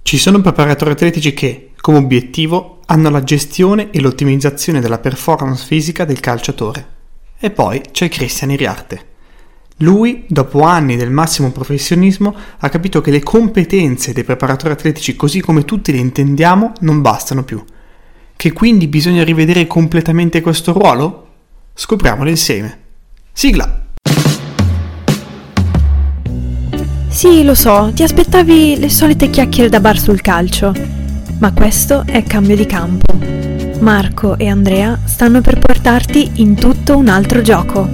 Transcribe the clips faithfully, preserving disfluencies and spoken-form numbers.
Ci sono preparatori atletici che, come obiettivo, hanno la gestione e l'ottimizzazione della performance fisica del calciatore. E poi c'è Christian Iriarte. Lui, dopo anni del massimo professionismo, ha capito che le competenze dei preparatori atletici, così come tutti le intendiamo, non bastano più. Che quindi bisogna rivedere completamente questo ruolo? Scopriamolo insieme. Sigla! Sì, lo so, ti aspettavi le solite chiacchiere da bar sul calcio, ma questo è cambio di campo. Marco e Andrea stanno per portarti in tutto un altro gioco.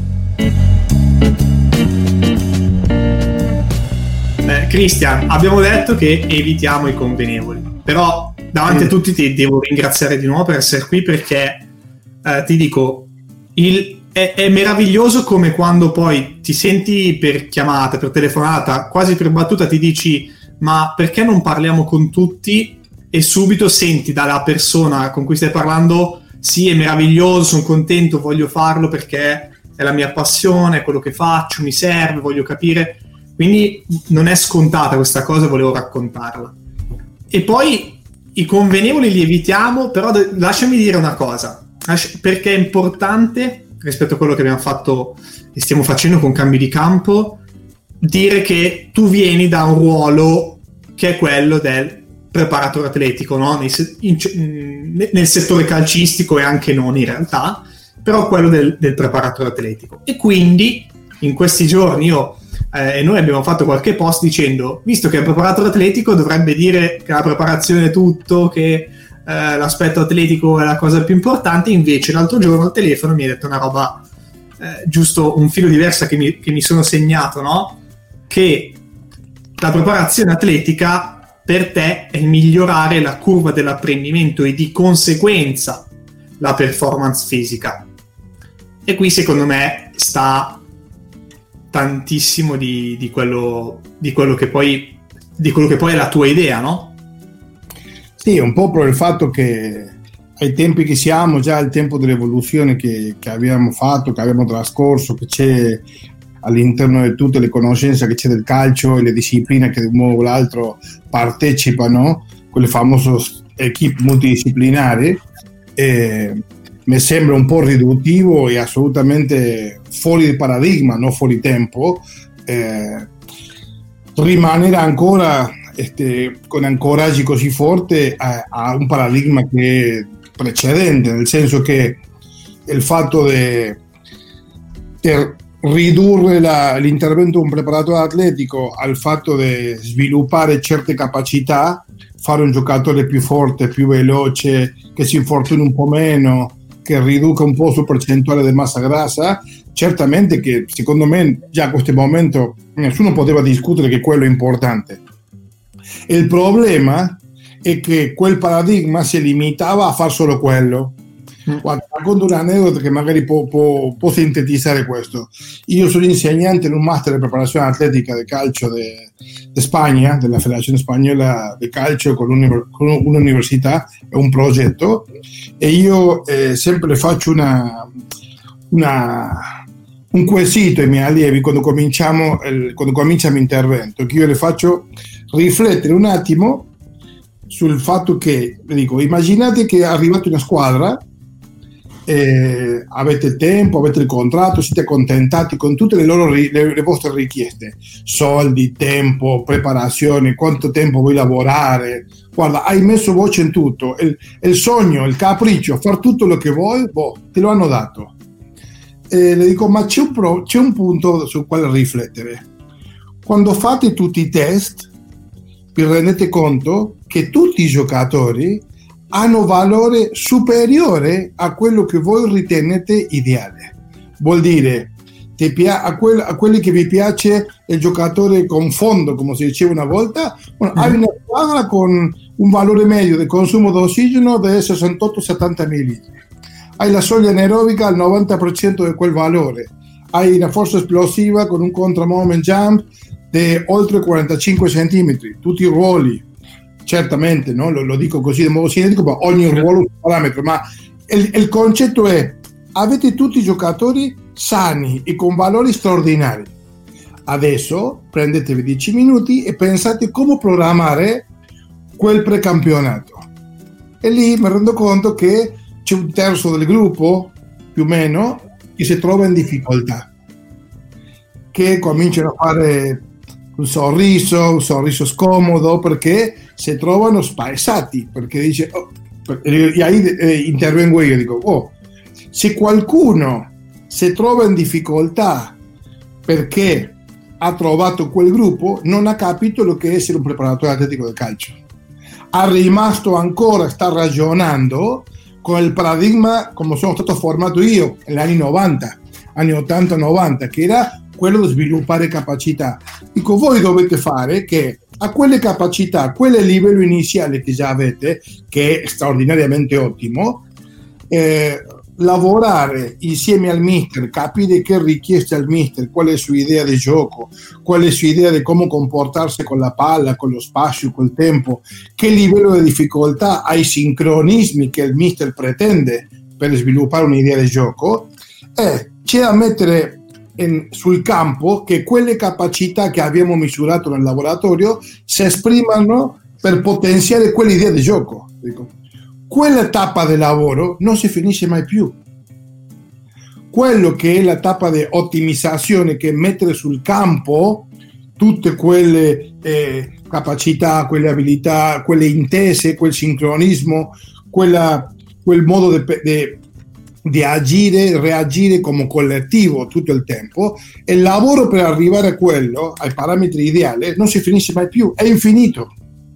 Beh, Christian, abbiamo detto che evitiamo i convenevoli, però davanti a tutti ti devo ringraziare di nuovo per essere qui, perché eh, ti dico, il È, è meraviglioso come quando poi ti senti per chiamata, per telefonata, quasi per battuta ti dici ma perché non parliamo con tutti, e subito senti dalla persona con cui stai parlando sì, è meraviglioso, sono contento, voglio farlo perché è la mia passione, è quello che faccio, mi serve, voglio capire. Quindi non è scontata questa cosa, volevo raccontarla. E poi i convenevoli li evitiamo, però de- lasciami dire una cosa, perché è importante rispetto a quello che abbiamo fatto e stiamo facendo con Cambio di Campo, dire che tu vieni da un ruolo che è quello del preparatore atletico, no? Nel, in, nel settore calcistico e anche non in realtà, però quello del, del preparatore atletico. E quindi in questi giorni io eh, e noi abbiamo fatto qualche post dicendo, visto che il preparatore atletico dovrebbe dire che la preparazione è tutto, che Uh, l'aspetto atletico è la cosa più importante, invece l'altro giorno al telefono mi ha detto una roba uh, giusto un filo diversa che mi, che mi sono segnato, no? Che la preparazione atletica per te è migliorare la curva dell'apprendimento e di conseguenza la performance fisica, e qui secondo me sta tantissimo di, di quello di quello che poi di quello che poi è la tua idea, no? Sì, un po' per il fatto che ai tempi che siamo, già il tempo dell'evoluzione che, che abbiamo fatto, che abbiamo trascorso, che c'è all'interno di tutte le conoscenze che c'è del calcio e le discipline che di un modo o l'altro partecipano, quelle famose equip multidisciplinari, eh, mi sembra un po' riduttivo e assolutamente fuori di paradigma, non fuori tempo, eh, rimanere ancora Este, con ancoraggi così forte a, a un paradigma che è precedente, nel senso che il fatto di ridurre la, l'intervento di un preparatore atletico al fatto di sviluppare certe capacità, fare un giocatore più forte, più veloce, che si infortuni un po' meno, che riduca un po' su percentuale di massa grassa, certamente che secondo me già a questo momento nessuno poteva discutere che quello è importante. Il problema è che quel paradigma si limitava a far solo quello. Guarda, racconto un aneddoto che magari può, può, può sintetizzare questo. Io sono insegnante in un master di preparazione atletica di calcio di Spagna, della Federazione Spagnola di Calcio, con, con un'università e un progetto, e io eh, sempre faccio una, una, un quesito ai miei allievi quando cominciamo il, quando cominciamo l'intervento, che io le faccio riflettere un attimo sul fatto che, dico, immaginate che è arrivata una squadra, eh, avete il tempo, avete il contratto, siete accontentati con tutte le loro le, le vostre richieste, soldi, tempo, preparazione, quanto tempo vuoi lavorare, guarda, hai messo voce in tutto, il, il sogno, il capriccio, far tutto lo che vuoi, boh, te lo hanno dato. E le dico, ma c'è un, pro, c'è un punto sul quale riflettere. Quando fate tutti i test vi rendete conto che tutti i giocatori hanno valore superiore a quello che voi ritenete ideale. Vuol dire, ti pia- a, quel- a quelli che vi piace il giocatore con fondo, come si diceva una volta, bueno, mm. hai una squadra con un valore medio di consumo di ossigeno di sessantotto settanta millilitri. Hai la soglia anaerobica al novanta per cento di quel valore. Hai una forza esplosiva con un contra moment jump di oltre quarantacinque centimetri, tutti i ruoli, certamente, no? lo, lo dico così di modo sintetico, ma ogni ruolo è un parametro, ma il, il concetto è, avete tutti i giocatori sani e con valori straordinari. Adesso prendetevi dieci minuti e pensate come programmare quel precampionato. E lì mi rendo conto che c'è un terzo del gruppo, più o meno, che si trova in difficoltà, che cominciano a fare un sorriso, un sorriso scomodo, perché si trovano spaesati, perché dice, oh, e ahí eh, intervengo io, dico, oh, se qualcuno si trova in difficoltà perché ha trovato quel gruppo, non ha capito lo che è essere un preparatore atletico del calcio. Ha rimasto ancora, sta ragionando con il paradigma come sono stato formato io negli anni novanta, anni ottanta novanta, che era quello di sviluppare capacità. Dico, voi dovete fare che a quelle capacità, a quel livello iniziale che già avete, che è straordinariamente ottimo, eh, lavorare insieme al mister, capire che richieste al mister, qual è la sua idea di gioco, qual è la sua idea di come comportarsi con la palla, con lo spazio, col tempo, che livello di difficoltà ai sincronismi che il mister pretende per sviluppare un'idea di gioco, e c'è da mettere in, sul campo che quelle capacità che abbiamo misurato nel laboratorio si esprimano per potenziare quell'idea di gioco. Dico, quella tappa di lavoro non si finisce mai più. Quello che è la tappa di ottimizzazione, che è mettere sul campo tutte quelle eh, capacità, quelle abilità, quelle intese, quel sincronismo, quella, quel modo di agire, reagire come collettivo tutto il tempo, e il lavoro per arrivare a quello, ai parametri ideali, non si finisce mai più, è infinito.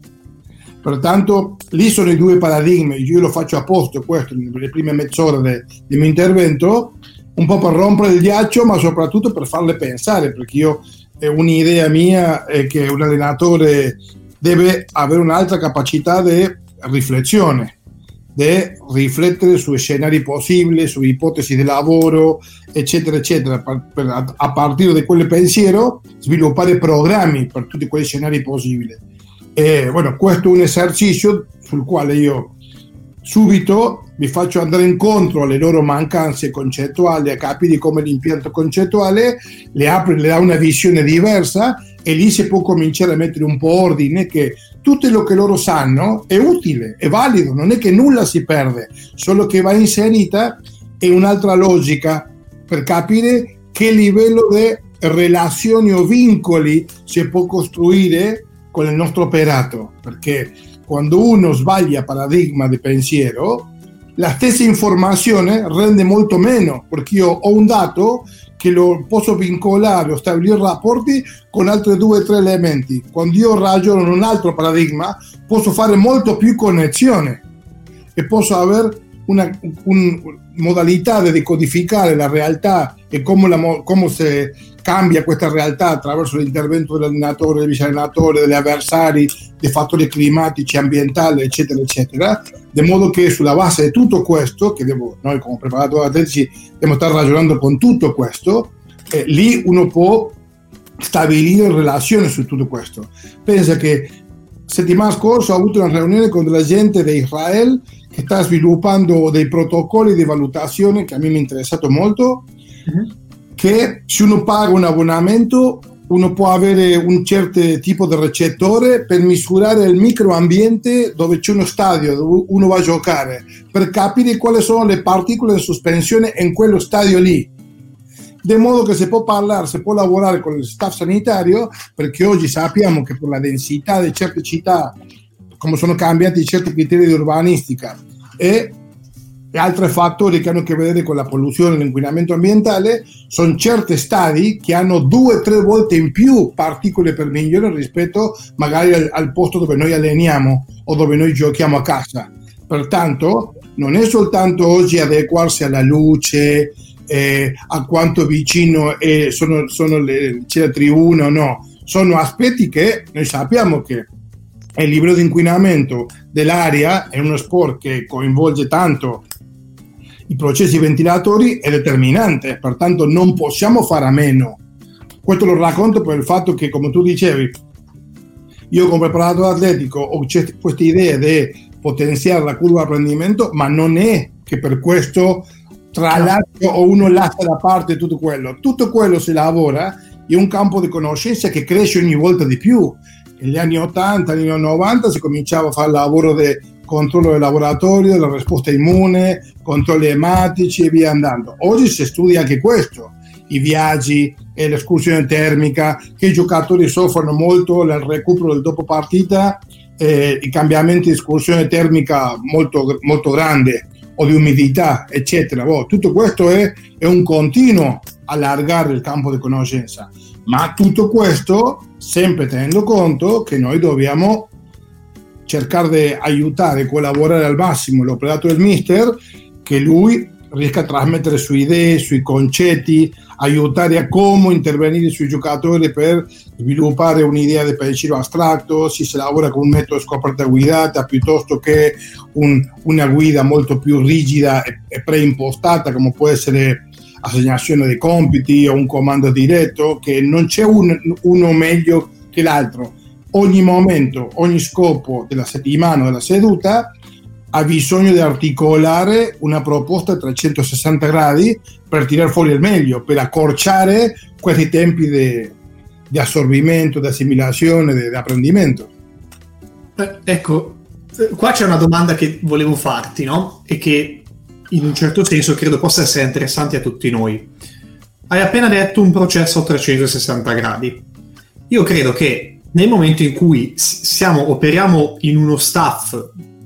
Pertanto lì sono i due paradigmi. Io lo faccio apposta questo nelle prime mezz'ora del mio intervento, un po' per rompere il ghiaccio, ma soprattutto per farle pensare, perché io eh, un'idea mia è che un allenatore deve avere un'altra capacità di riflessione, di riflettere sui scenari possibili, su ipotesi di lavoro, eccetera, eccetera, per, per, a partire da quel pensiero sviluppare programmi per tutti quei scenari possibili. E bueno, questo è un esercizio sul quale io subito vi faccio andare incontro alle loro mancanze concettuali, a capire come l'impianto concettuale le apre, le dà una visione diversa, e lì si può cominciare a mettere un po' ordine, che tutto quello che loro sanno è utile, è valido, non è che nulla si perde, solo che va inserita in un'altra logica per capire che livello di relazioni o vincoli si può costruire con il nostro operato, perché quando uno sbaglia paradigma di pensiero, la stessa informazione rende molto meno, perché io ho un dato che lo posso vincolare o stabilire rapporti con altri due o tre elementi. Quando io ragiono in un altro paradigma, posso fare molto più connessione e posso avere una un, modalità di decodificare la realtà e come, la, come si cambia questa realtà attraverso l'intervento dell'allenatore, del vice allenatore, degli avversari, dei fattori climatici, ambientali, eccetera, eccetera, di modo che sulla base di tutto questo, che devo, noi come preparatori atletici dobbiamo stare ragionando con tutto questo, eh, lì uno può stabilire relazione su tutto questo. Pensa che settimana scorsa ho avuto una riunione con della gente di Israele che sta sviluppando dei protocolli di valutazione che a me mi è interessato molto, mm-hmm. che se uno paga un abbonamento uno può avere un certo tipo di recettore per misurare il microambiente dove c'è uno stadio dove uno va a giocare, per capire quali sono le particole in sospensione in quello stadio lì, di modo che si può parlare, si può lavorare con il staff sanitario, perché oggi sappiamo che per la densità di certe città, come sono cambiati certi criteri di urbanistica e e altri fattori che hanno a che vedere con la polluzione e l'inquinamento ambientale, sono certi stadi che hanno due o tre volte in più particole per milione rispetto magari al, al posto dove noi alleniamo o dove noi giochiamo a casa. Pertanto non è soltanto oggi adeguarsi alla luce, eh, a quanto vicino eh, sono, sono le, c'è la tribuna o no, sono aspetti che noi sappiamo che il livello di inquinamento dell'aria è uno sport che coinvolge tanto i processi ventilatori, è determinante, pertanto non possiamo fare a meno. Questo lo racconto per il fatto che, come tu dicevi, io come preparatore atletico ho questa idea di potenziare la curva di apprendimento, ma non è che per questo tralascio o uno lascia da parte tutto quello. Tutto quello si lavora in un campo di conoscenza che cresce ogni volta di più. negli anni ottanta, negli anni novanta si cominciava a fare il lavoro di controllo del laboratorio, della risposta immune, controlli ematici e via andando. Oggi si studia anche questo, i viaggi e l'escursione termica, che i giocatori soffrono molto nel recupero del dopo partita, eh, i cambiamenti di escursione termica molto, molto grande o di umidità, eccetera. Oh, tutto questo è, è un continuo allargare il campo di conoscenza, ma tutto questo sempre tenendo conto che noi dobbiamo cercare di aiutare e collaborare al massimo l'operatore del mister, che lui riesca a trasmettere sue idee, sui concetti, aiutare a come intervenire sui giocatori per sviluppare un'idea di pensiero astratto, se si lavora con un metodo scoperta guidata piuttosto che un, una guida molto più rigida e, e preimpostata, come può essere assegnazione dei compiti o un comando diretto, che non c'è un, uno meglio che l'altro. Ogni momento, ogni scopo della settimana o della seduta ha bisogno di articolare una proposta a trecentosessanta gradi per tirare fuori il meglio, per accorciare questi tempi di assorbimento, di assimilazione, di apprendimento. Eh, ecco, qua c'è una domanda che volevo farti, no? E che in un certo senso credo possa essere interessante a tutti noi. Hai appena detto un processo a trecentosessanta gradi. Io credo che nel momento in cui siamo, operiamo in uno staff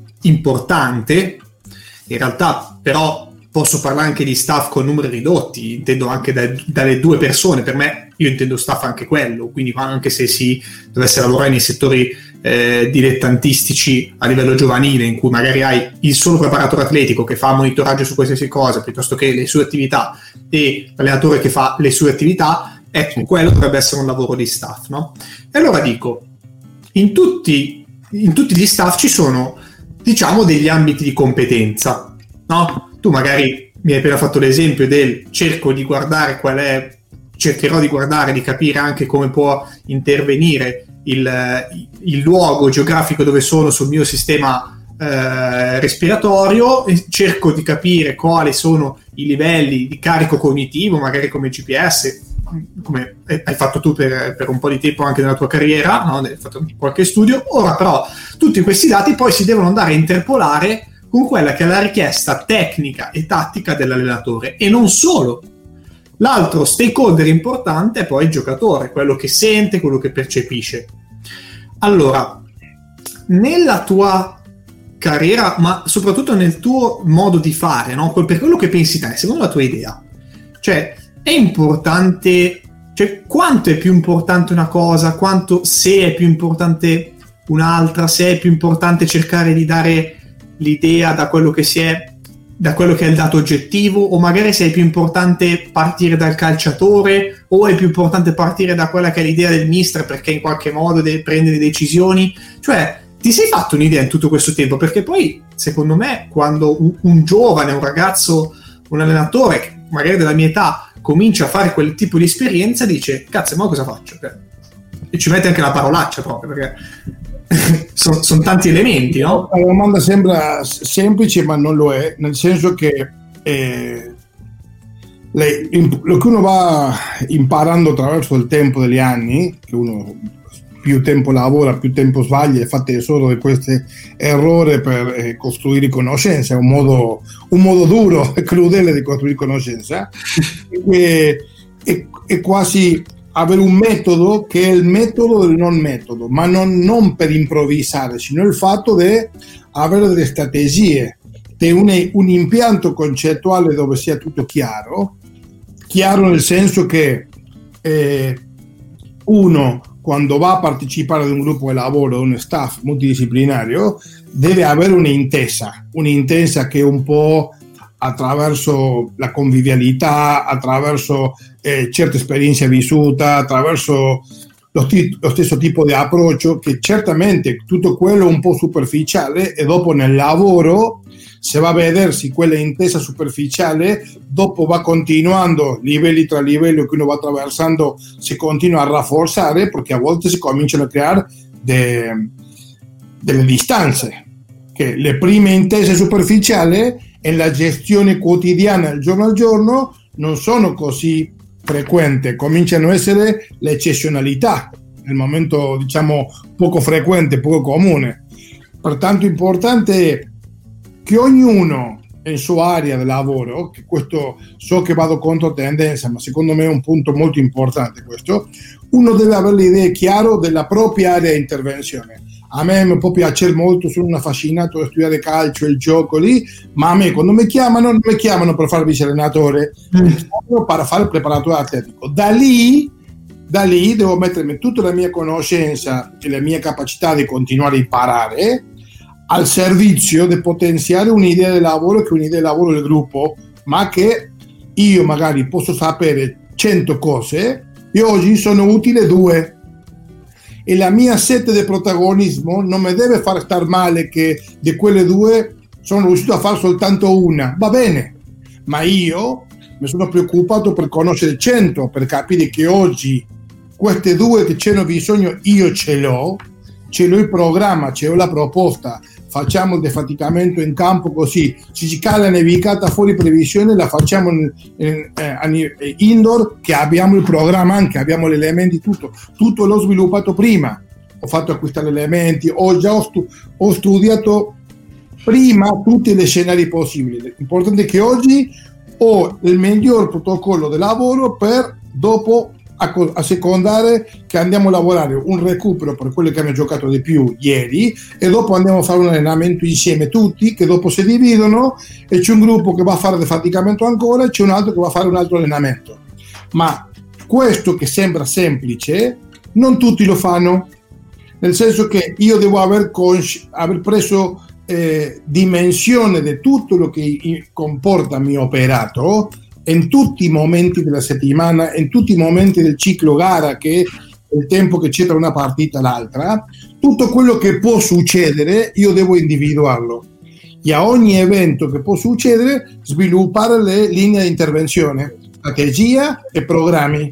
importante, in realtà però posso parlare anche di staff con numeri ridotti, intendo anche da, dalle due persone, per me io intendo staff anche quello, quindi anche se si dovesse lavorare nei settori eh, dilettantistici a livello giovanile, in cui magari hai il solo preparatore atletico che fa monitoraggio su qualsiasi cosa piuttosto che le sue attività e l'allenatore che fa le sue attività, ecco, quello dovrebbe essere un lavoro di staff, no? E allora dico, in tutti, in tutti gli staff ci sono, diciamo, degli ambiti di competenza, no? Tu magari mi hai appena fatto l'esempio del cerco di guardare qual è, cercherò di guardare, di capire anche come può intervenire il, il luogo geografico dove sono sul mio sistema eh, respiratorio, e cerco di capire quali sono i livelli di carico cognitivo, magari come G P S, come hai fatto tu per, per un po' di tempo anche nella tua carriera, no? Hai fatto qualche studio. Ora però tutti questi dati poi si devono andare a interpolare con quella che è la richiesta tecnica e tattica dell'allenatore, e non solo. L'altro stakeholder importante è poi il giocatore, quello che sente, quello che percepisce. Allora, nella tua carriera, ma soprattutto nel tuo modo di fare, no? Per quello che pensi te, secondo la tua idea, cioè è importante, cioè quanto è più importante una cosa, quanto, se è più importante un'altra, se è più importante cercare di dare l'idea da quello che si è, da quello che è il dato oggettivo, o magari se è più importante partire dal calciatore, o è più importante partire da quella che è l'idea del mister, perché in qualche modo deve prendere decisioni. Cioè, ti sei fatto un'idea in tutto questo tempo? Perché poi, secondo me, quando un, un giovane, un ragazzo, un allenatore, magari della mia età, comincia a fare quel tipo di esperienza, dice, cazzo, ma cosa faccio? E ci mette anche la parolaccia proprio, perché sono son tanti elementi, no? La domanda sembra semplice, ma non lo è, nel senso che eh, le, in, lo che uno va imparando attraverso il tempo degli anni, che uno più tempo lavora, più tempo sbaglia e fa tesoro di questi errori per eh, costruire conoscenza, è un modo, un modo duro e crudele di costruire conoscenza, e, è, è quasi avere un metodo che è il metodo del non metodo, ma non, non per improvvisare, sino il fatto di avere delle strategie, di un, un impianto concettuale dove sia tutto chiaro, chiaro nel senso che eh, uno, quando va a partecipare ad un gruppo di lavoro, ad un staff multidisciplinario, deve avere un'intesa, un'intesa che è un po' attraverso la convivialità, attraverso eh, certe esperienze vissute, attraverso lo, st- lo stesso tipo di approccio, che certamente tutto quello è un po' superficiale, e dopo nel lavoro se va a vedersi quella intesa superficiale, dopo va continuando livelli tra livelli che uno va attraversando, si continua a rafforzare, perché a volte si cominciano a creare de- delle distanze, che le prime intese superficiali e la gestione quotidiana, il giorno al giorno, non sono così frequenti, cominciano a essere l'eccezionalità, nel momento diciamo poco frequente, poco comune. Pertanto importante è che ognuno in sua area di lavoro, che questo so che vado contro tendenza, ma secondo me è un punto molto importante questo, uno deve avere l'idea chiara della propria area di intervenzione. A me mi può piacere molto, sono un affascinato a studiare calcio e il gioco lì, ma a me quando mi chiamano non mi chiamano per fare vice allenatore, mm. mi chiamano per fare il preparatore atletico. Da lì, da lì devo mettermi tutta la mia conoscenza e la mia capacità di continuare a imparare al servizio di potenziare un'idea di lavoro che è un'idea di lavoro del gruppo, ma che io magari posso sapere cento cose e oggi sono utile due. E la mia sete di protagonismo non mi deve far star male che di quelle due sono riuscito a fare soltanto una, va bene, ma io mi sono preoccupato per conoscere cento, per capire che oggi queste due che c'hanno bisogno io ce l'ho, ce l'ho il programma, ce l'ho la proposta, facciamo il defaticamento in campo così, se ci cala la nevicata fuori previsione la facciamo in, in, in indoor, che abbiamo il programma anche, abbiamo gli elementi, tutto, tutto l'ho sviluppato prima, ho fatto acquistare gli elementi, ho già ho, stu- ho studiato prima tutti gli scenari possibili. L'importante è che oggi ho il miglior protocollo di lavoro per dopo a, a secondare che andiamo a lavorare un recupero per quelli che hanno giocato di più ieri e dopo andiamo a fare un allenamento insieme tutti, che dopo si dividono e c'è un gruppo che va a fare defaticamento ancora e c'è un altro che va a fare un altro allenamento. Ma questo che sembra semplice non tutti lo fanno, nel senso che io devo aver, consci- aver preso eh, dimensione di tutto lo che comporta il mio operato in tutti i momenti della settimana, in tutti i momenti del ciclo gara, che è il tempo che c'è tra una partita e l'altra, tutto quello che può succedere io devo individuarlo e a ogni evento che può succedere sviluppare le linee di intervenzione, strategia e programmi.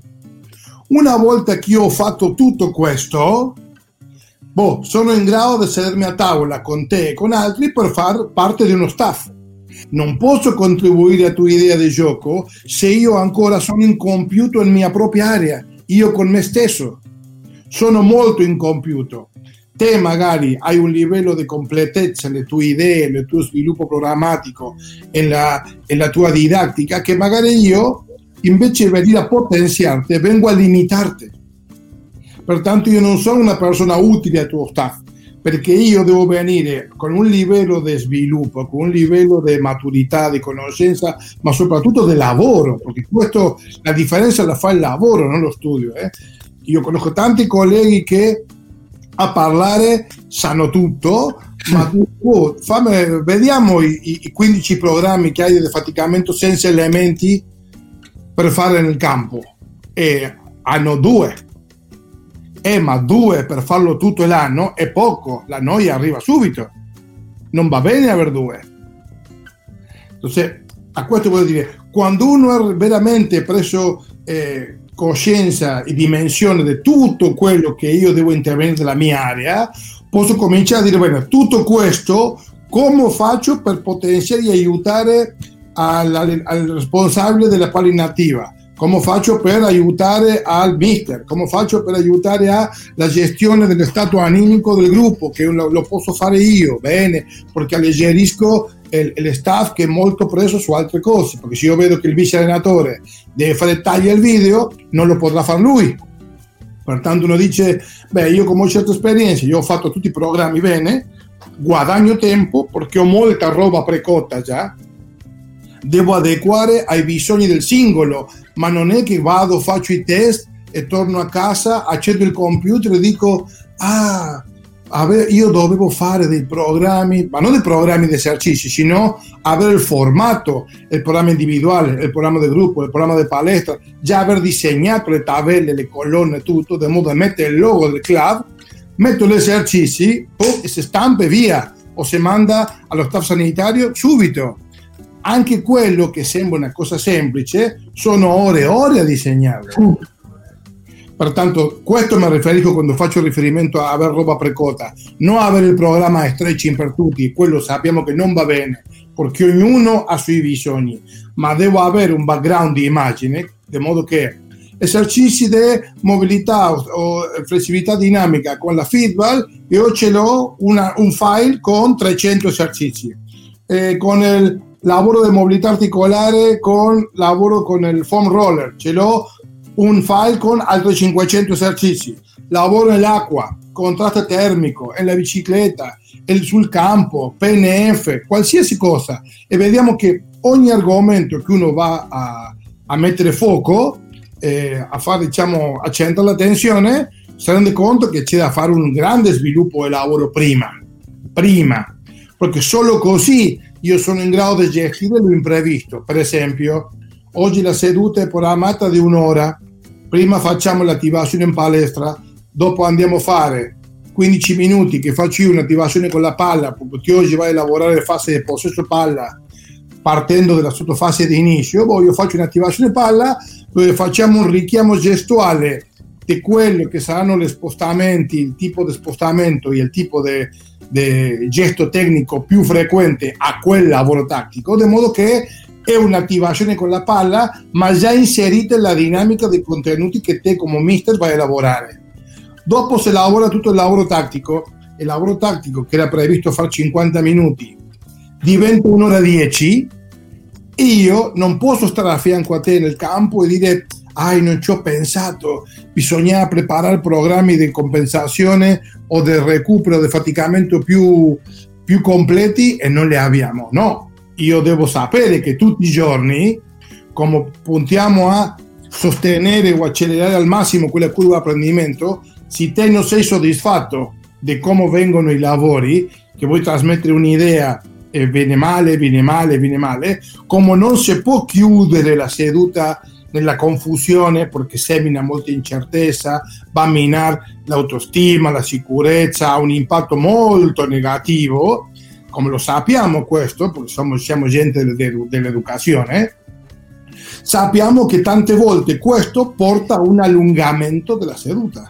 Una volta che io ho fatto tutto questo, boh, sono in grado di sedermi a tavola con te e con altri per far parte di uno staff. Non posso contribuire a tua idea di gioco se io ancora sono incompiuto in mia propria area, io con me stesso sono molto incompiuto. Te magari hai un livello di completezza nelle tue idee, nel tuo sviluppo programmatico e la, e la tua didattica, che magari io invece di venire a potenziarti vengo a limitarti. Pertanto io non sono una persona utile al tuo staff, perché io devo venire con un livello di sviluppo, con un livello di maturità, di conoscenza, ma soprattutto di lavoro, perché questo, la differenza la fa il lavoro, non lo studio. Eh. Io conosco tanti colleghi che a parlare sanno tutto, ma tu, oh, fammi, vediamo i, i quindici programmi che hai di defaticamento senza elementi per fare nel campo, e hanno due. Eh, ma due per farlo tutto l'anno è poco, la noia arriva subito, non va bene avere due. Entonces, a questo voglio dire, quando uno ha veramente preso eh, coscienza e dimensione di tutto quello che io devo intervenire nella mia area, posso cominciare a dire, bene, tutto questo come faccio per potenziare e aiutare al, al responsabile della palla inattiva? Come faccio per aiutare al mister? Come faccio per aiutare alla gestione dello stato animico del gruppo, che lo, lo posso fare io, bene, perché alleggerisco il, il staff che è molto preso su altre cose, perché se io vedo che il vice allenatore deve fare tagli al video, non lo potrà fare lui. Pertanto uno dice, beh, io come ho certe esperienze, io ho fatto tutti i programmi bene, guadagno tempo perché ho molta roba precotta già, devo adeguare ai bisogni del singolo, ma non è che vado, faccio i test e torno a casa, accendo il computer e dico, ah, io dovevo fare dei programmi, ma non dei programmi di esercizi, sino avere il formato, il programma individuale, il programma del gruppo, il programma di palestra, già aver disegnato le tabelle, le colonne, tutto, di modo da mettere il logo del club, metto gli esercizi oh, e si stampa e via, o si manda allo staff sanitario subito. Anche quello che sembra una cosa semplice sono ore e ore a disegnarlo. Mm. Pertanto questo mi riferisco quando faccio riferimento a avere roba precota, non avere il programma stretching per tutti, quello sappiamo che non va bene perché ognuno ha i suoi bisogni, ma devo avere un background di immagine, di modo che esercizi di mobilità o, o flessibilità dinamica con la Fitball, io ce l'ho una, un file con trecento esercizi. Eh, con il lavoro di mobilità articolare, con lavoro con il foam roller, ce l'ho un file con altri cinquecento esercizi. Lavoro nell'acqua, contrasto termico, nella bicicletta, sul campo, P N F, qualsiasi cosa. E vediamo che ogni argomento che uno va a, a mettere fuoco, eh, a fare, diciamo, a centrare l'attenzione, si rende conto che c'è da fare un grande sviluppo del lavoro prima, prima, perché solo così io sono in grado di gestire l'imprevisto. Per esempio, oggi la seduta è programmata di un'ora, prima facciamo l'attivazione in palestra, dopo andiamo a fare quindici minuti che faccio io un'attivazione con la palla, perché oggi vai a lavorare fase di possesso palla partendo dalla sottofase di inizio. Poi io faccio un'attivazione palla dove facciamo un richiamo gestuale di quello che saranno gli spostamenti, il tipo di spostamento e il tipo di gesto tecnico più frequente a quel lavoro tattico, di modo che è un'attivazione con la palla ma già inserita nella dinamica dei contenuti che te come mister vai a lavorare. Dopo se lavora tutto il lavoro tattico, il lavoro tattico che era previsto fare cinquanta minuti diventa un'ora dieci, io non posso stare a fianco a te nel campo e dire ah non ci ho pensato, bisogna preparare programmi di compensazione o del recupero, del faticamento più, più completi e non li abbiamo. No, io devo sapere che tutti i giorni, come puntiamo a sostenere o accelerare al massimo quella curva di apprendimento, se te non sei soddisfatto di come vengono i lavori, che vuoi trasmettere un'idea e viene male, viene male, viene male, come non si può chiudere la seduta nella confusione perché semina molta incertezza, va a minare l'autostima, la sicurezza, ha un impatto molto negativo, come lo sappiamo questo, perché siamo, siamo gente dell'educazione, sappiamo che tante volte questo porta a un allungamento della seduta.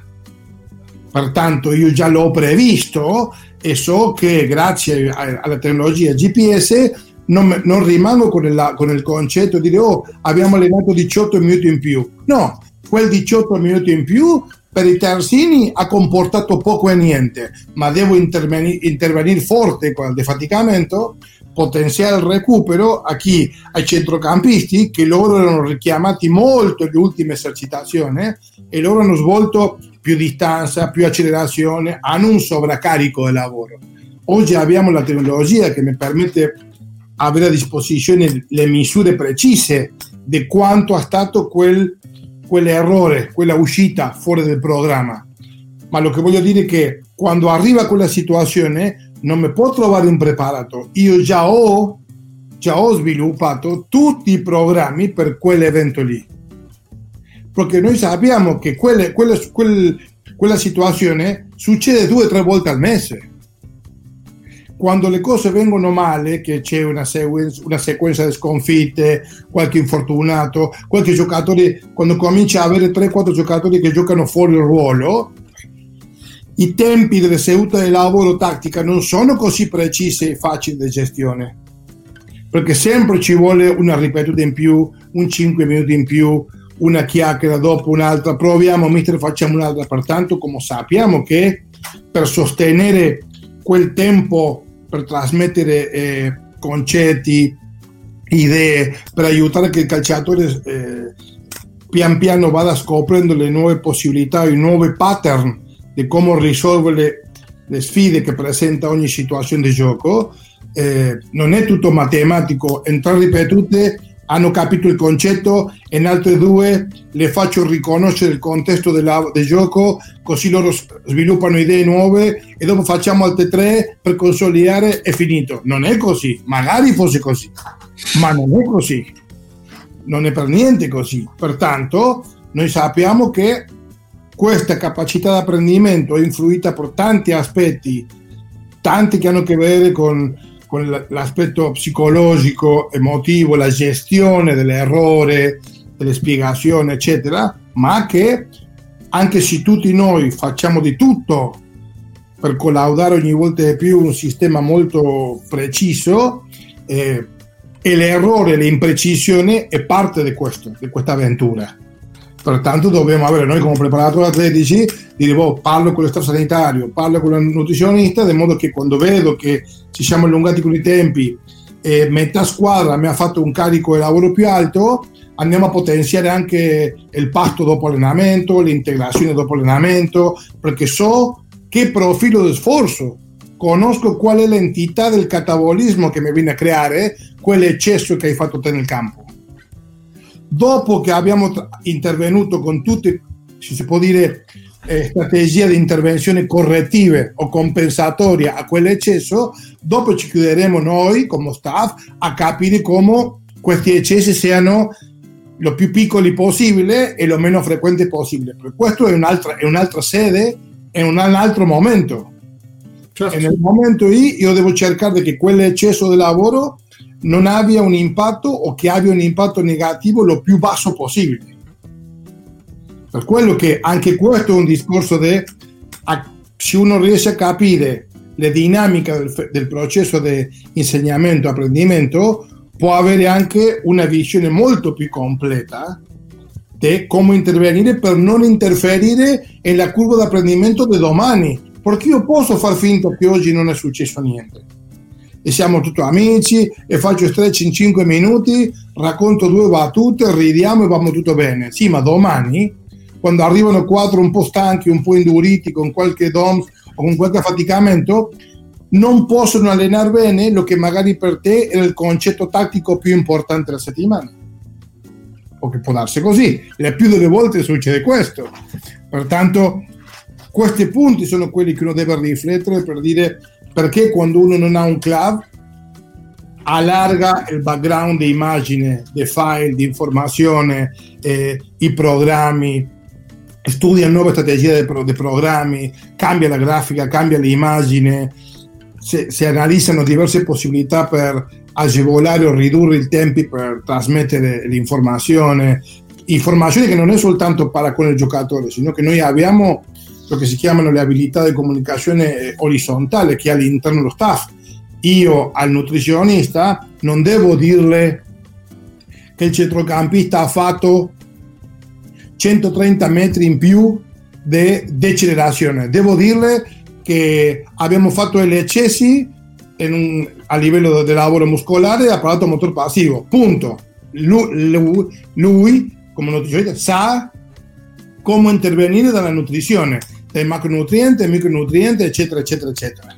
Pertanto io già l'ho previsto e so che grazie alla tecnologia G P S non, non rimango con il, con il concetto di dire oh abbiamo allenato diciotto minuti in più. No, quel diciotto minuti in più per i terzini ha comportato poco e niente, ma devo intervenire, intervenire forte con il defaticamento, potenziare il recupero a chi, ai centrocampisti che loro erano richiamati molto nelle ultime esercitazioni e loro hanno svolto più distanza, più accelerazione, hanno un sovraccarico di lavoro. Oggi abbiamo la tecnologia che mi permette avere a disposizione le misure precise di quanto è stato quel, quell'errore, quella uscita fuori del programma. Ma lo che voglio dire è che quando arriva quella situazione non mi può trovare impreparato. Io già ho, già ho sviluppato tutti i programmi per quell'evento lì. Perché noi sappiamo che quelle, quelle, quel, quella situazione succede due o tre volte al mese. Quando le cose vengono male, che c'è una, sequenza, una sequenza di sconfitte, qualche infortunato, qualche giocatore, quando comincia a avere tre quattro giocatori che giocano fuori il ruolo, i tempi delle sedute di lavoro tattica non sono così precisi e facili di gestione, perché sempre ci vuole una ripetuta in più, un cinque minuti in più, una chiacchiera dopo un'altra, proviamo, mister, facciamo un'altra. Pertanto, come sappiamo che per sostenere quel tempo, per trasmettere eh, concetti, idee, per aiutare che il calciatore eh, pian piano vada scoprendo le nuove possibilità, i nuovi pattern di come risolvere le, le sfide che presenta ogni situazione di gioco, eh, non è tutto matematico. In tre ripetute hanno capito il concetto e in altre due le faccio riconoscere il contesto della, del gioco, così loro sviluppano idee nuove e dopo facciamo altre tre per consolidare e finito. Non è così, magari fosse così, ma non è così, non è per niente così. Pertanto noi sappiamo che questa capacità di apprendimento è influita per tanti aspetti, tanti che hanno a che vedere con con l'aspetto psicologico, emotivo, la gestione dell'errore, delle spiegazioni, eccetera, ma che anche se tutti noi facciamo di tutto per collaudare ogni volta di più un sistema molto preciso, eh, e l'errore, l'imprecisione è parte di questo, di questa avventura. Pertanto dobbiamo avere noi come preparatori atletici, dire, boh, parlo con lo staff sanitario, parlo con il nutrizionista, in modo che quando vedo che ci siamo allungati con i tempi e metà squadra mi ha fatto un carico di lavoro più alto, andiamo a potenziare anche il pasto dopo allenamento, l'integrazione dopo allenamento, perché so che profilo di sforzo, conosco qual è l'entità del catabolismo che mi viene a creare quell'eccesso che hai fatto te nel campo. Dopo che abbiamo tra- intervenuto con tutte, si può dire, eh, strategie di intervenzione correttive o compensatorie a quell'eccesso, dopo ci chiuderemo noi come staff a capire come questi eccessi siano lo più piccoli possibile e lo meno frequente possibile. Per questo è un'altra, è un'altra sede, è un altro momento. Certo. E nel momento lì io devo cercare che quell'eccesso di lavoro non abbia un impatto o che abbia un impatto negativo lo più basso possibile. Per quello che anche questo è un discorso di, se uno riesce a capire le dinamiche del, del processo di insegnamento apprendimento, può avere anche una visione molto più completa di come intervenire per non interferire nella curva di apprendimento di domani, perché io posso far finta che oggi non è successo niente e siamo tutti amici e faccio stretch in cinque minuti, racconto due battute, ridiamo e va tutto bene. Sì, ma domani, quando arrivano quattro un po' stanchi, un po' induriti, con qualche D O M S o con qualche affaticamento, non possono allenare bene lo che magari per te è il concetto tattico più importante della settimana. O che può darsi così, le più delle volte succede questo. Pertanto questi punti sono quelli che uno deve riflettere per dire perché quando uno non ha un club allarga il background di immagine, di file, di informazione, eh, i programmi, studia nuove strategie dei pro- programmi, cambia la grafica, cambia l'immagine, si, si analizzano diverse possibilità per agevolare o ridurre i tempi per trasmettere l'informazione, informazione che non è soltanto para con il giocatore, sino che noi abbiamo lo che si chiamano le abilità di comunicazione orizzontale che all'interno dello staff. Io al nutrizionista non devo dirle che il centrocampista ha fatto centotrenta metri in più di decelerazione, devo dirle che abbiamo fatto gli eccessi in un, a livello del lavoro muscolare e apparato motor passivo, punto. Lui, lui, lui come nutrizionista sa come intervenire dalla nutrizione, dai macronutrienti, micronutrienti, eccetera, eccetera, eccetera.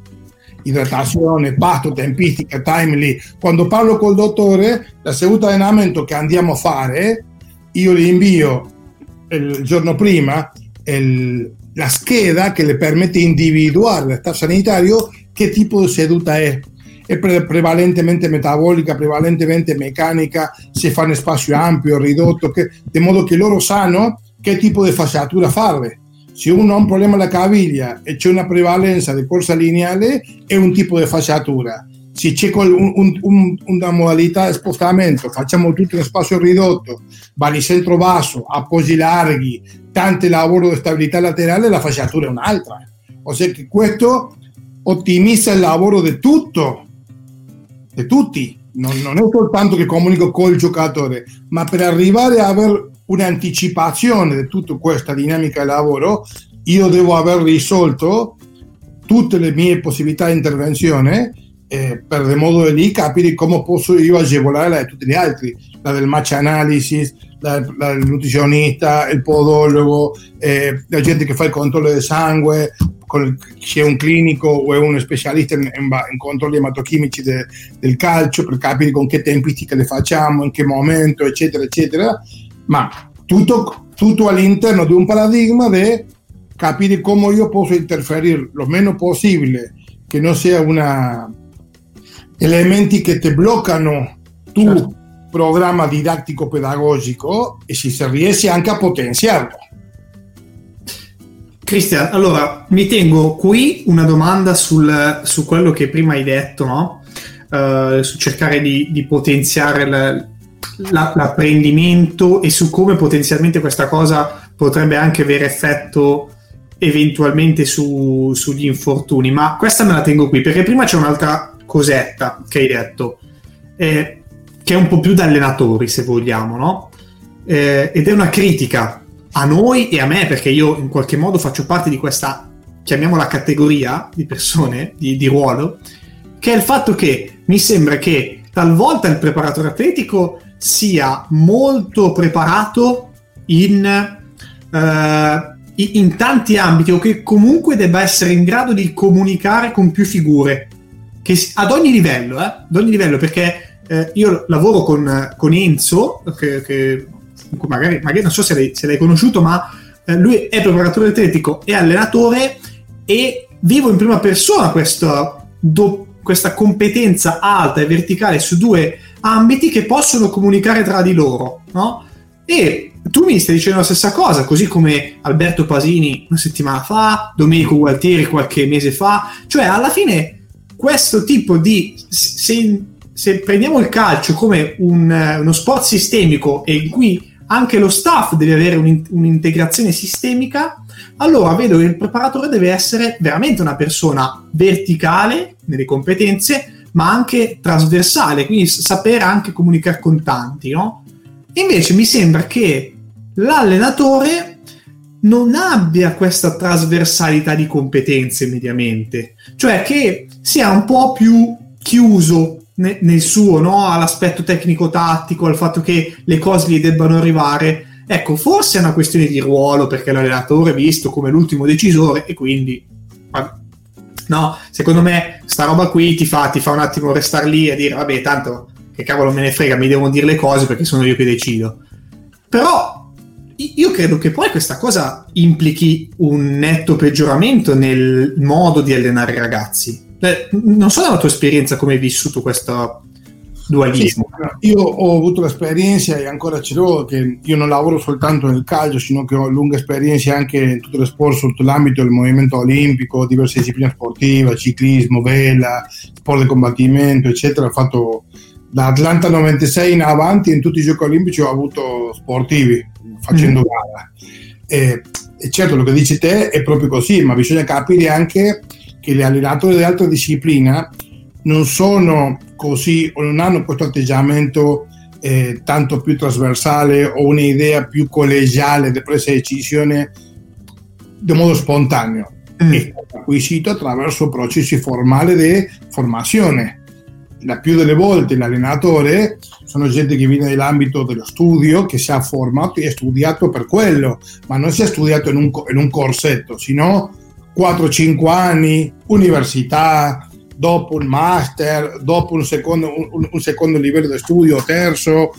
Idratazione, pasto, tempistica, timely. Quando parlo col dottore, la seduta di allenamento che andiamo a fare, io gli invio il giorno prima il, la scheda che le permette di individuare lo staff sanitario che tipo di seduta è. È pre- prevalentemente metabolica, prevalentemente meccanica, se fa in spazio ampio, ridotto, che, di modo che loro sanno che tipo di fasciatura farle. Se uno ha un problema alla caviglia e c'è una prevalenza di corsa lineale, è un tipo di fasciatura. Se c'è un, un, un, una modalità di spostamento, facciamo tutto in spazio ridotto, baricentro basso, appoggi larghi, tanto lavoro di stabilità laterale, la fasciatura è un'altra. Ossia che questo ottimizza il lavoro di tutto, di tutti. Non, non è soltanto che comunico col giocatore, ma per arrivare a avere un'anticipazione di tutta questa dinamica di lavoro, io devo aver risolto tutte le mie possibilità di intervenzione eh, per in modo di capire come posso io agevolare la di tutti gli altri, la del match analysis, la, la del nutrizionista, il podologo, eh, la gente che fa il controllo del sangue, con, se è un clinico o è uno specialista in, in, in controlli ematochimici de, del calcio, per capire con che tempistica le facciamo, in che momento, eccetera, eccetera. Ma tutto, tutto all'interno di un paradigma di capire come io posso interferire lo meno possibile, che non sia una elementi che ti bloccano tu certo. Programma didattico pedagogico e si riesce anche a potenziarlo. Cristian, allora mi tengo qui una domanda sul, su quello che prima hai detto, no? Uh, su cercare di, di potenziare la, La, l'apprendimento e su come potenzialmente questa cosa potrebbe anche avere effetto eventualmente su, sugli infortuni, ma questa me la tengo qui perché prima c'è un'altra cosetta che hai detto eh, che è un po' più da allenatori, se vogliamo, no? eh, ed è una critica a noi e a me, perché io in qualche modo faccio parte di questa, chiamiamola, categoria di persone di, di ruolo, che è il fatto che mi sembra che talvolta il preparatore atletico sia molto preparato in, eh, in tanti ambiti, o che comunque debba essere in grado di comunicare con più figure, che ad ogni livello, eh, ad ogni livello, perché eh, io lavoro con, con Enzo, che, che magari, magari non so se l'hai, se l'hai conosciuto, ma eh, lui è preparatore atletico e allenatore, e vivo in prima persona questa, do, questa competenza alta e verticale su due ambiti che possono comunicare tra di loro, no? E tu mi stai dicendo la stessa cosa, così come Alberto Pasini una settimana fa, Domenico Gualtieri qualche mese fa. Cioè, alla fine questo tipo di, se, se prendiamo il calcio come un, uno sport sistemico e in cui anche lo staff deve avere un, un'integrazione sistemica, allora vedo che il preparatore deve essere veramente una persona verticale nelle competenze, ma anche trasversale, quindi sapere anche comunicare con tanti, no? Invece mi sembra che l'allenatore non abbia questa trasversalità di competenze mediamente, cioè che sia un po' più chiuso ne, nel suo, no? All'aspetto tecnico-tattico, al fatto che le cose gli debbano arrivare. Ecco, forse è una questione di ruolo, perché l'allenatore è visto come l'ultimo decisore, e quindi no, secondo me sta roba qui ti fa, ti fa un attimo restare lì e dire vabbè, tanto che cavolo me ne frega, mi devono dire le cose perché sono io che decido. Però io credo che poi questa cosa implichi un netto peggioramento nel modo di allenare i ragazzi. Eh, non so dalla tua esperienza come hai vissuto questo dualismo. Sì, io ho avuto l'esperienza, e ancora ce l'ho, che io non lavoro soltanto nel calcio, sino che ho lunga esperienza anche in tutto lo sport, sotto l'ambito del movimento olimpico, diverse discipline sportive, ciclismo, vela, sport di combattimento, eccetera. Ho fatto da Atlanta novantasei in avanti, in tutti i giochi olimpici ho avuto sportivi facendo mm. gara. E, e certo, lo che dici te è proprio così, ma bisogna capire anche che gli allenatori di altra disciplina non sono così, o non hanno questo atteggiamento eh, tanto più trasversale, o un'idea più collegiale di presa di decisione di modo spontaneo. Mm. È acquisito attraverso processi formali di formazione. La più delle volte l'allenatore sono gente che viene dall'ambito dello studio, che si è formato e ha studiato per quello, ma non si è studiato in un, in un corsetto, sino quattro cinque anni, università, dopo un master, dopo un secondo, un, un secondo livello di studio, terzo,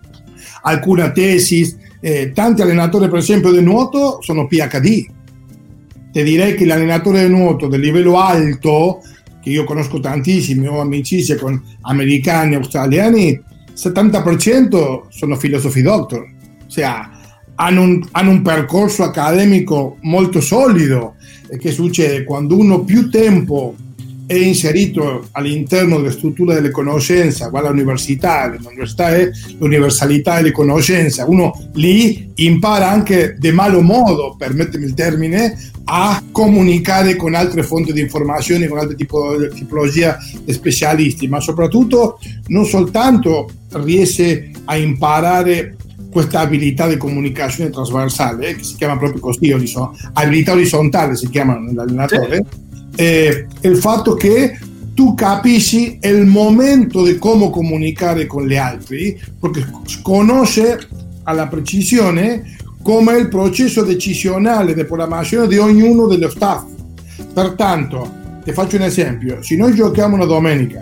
alcuna tesi. Eh, tanti allenatori, per esempio, del nuoto sono P H D. Ti direi che l'allenatore del nuoto del livello alto, che io conosco tantissimi, ho amicizie con americani, australiani, settanta per cento sono philosophy doctor, cioè hanno un, hanno un percorso accademico molto solido. E che succede quando uno più tempo è inserito all'interno delle strutture delle conoscenze, guarda l'università, l'università è l'universalità delle conoscenze, uno lì impara anche di malo modo, permettimi il termine, a comunicare con altre fonti di informazioni, con altre tipo, tipologie di specialisti, ma soprattutto non soltanto riesce a imparare questa abilità di comunicazione trasversale, eh, che si chiama proprio così, abilità orizzontale si chiamano nell'allenatore, sì. eh, il fatto che tu capisci il momento di come comunicare con gli altri, perché conosce alla precisione come è il processo decisionale di programmazione di ognuno dello staff. Pertanto, ti faccio un esempio: se noi giochiamo una domenica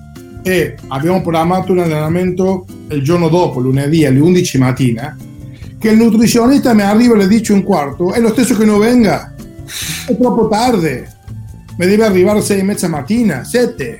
e abbiamo programmato un allenamento il giorno dopo, lunedì alle undici mattina, che il nutrizionista mi arriva alle dieci e un quarto, è lo stesso che non venga, è troppo tardi, mi deve arrivare alle sei e mezza mattina, sette,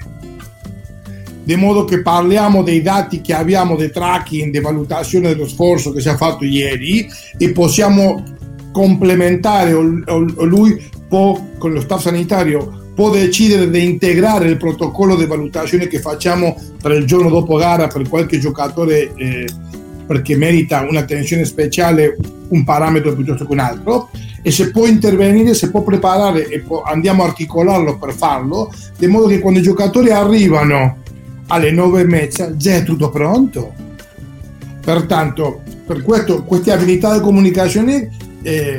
di modo che parliamo dei dati che abbiamo di tracking, di valutazione dello sforzo che si è fatto ieri, e possiamo complementare, o, o, o lui può, con lo staff sanitario, può decidere di integrare il protocollo di valutazione che facciamo per il giorno dopo gara per qualche giocatore, eh, perché merita un'attenzione speciale un parametro piuttosto che un altro, e se può intervenire, se può preparare e può, andiamo a articolarlo per farlo, di modo che quando i giocatori arrivano alle nove e mezza già è tutto pronto. Pertanto, per questo, queste abilità di comunicazione eh,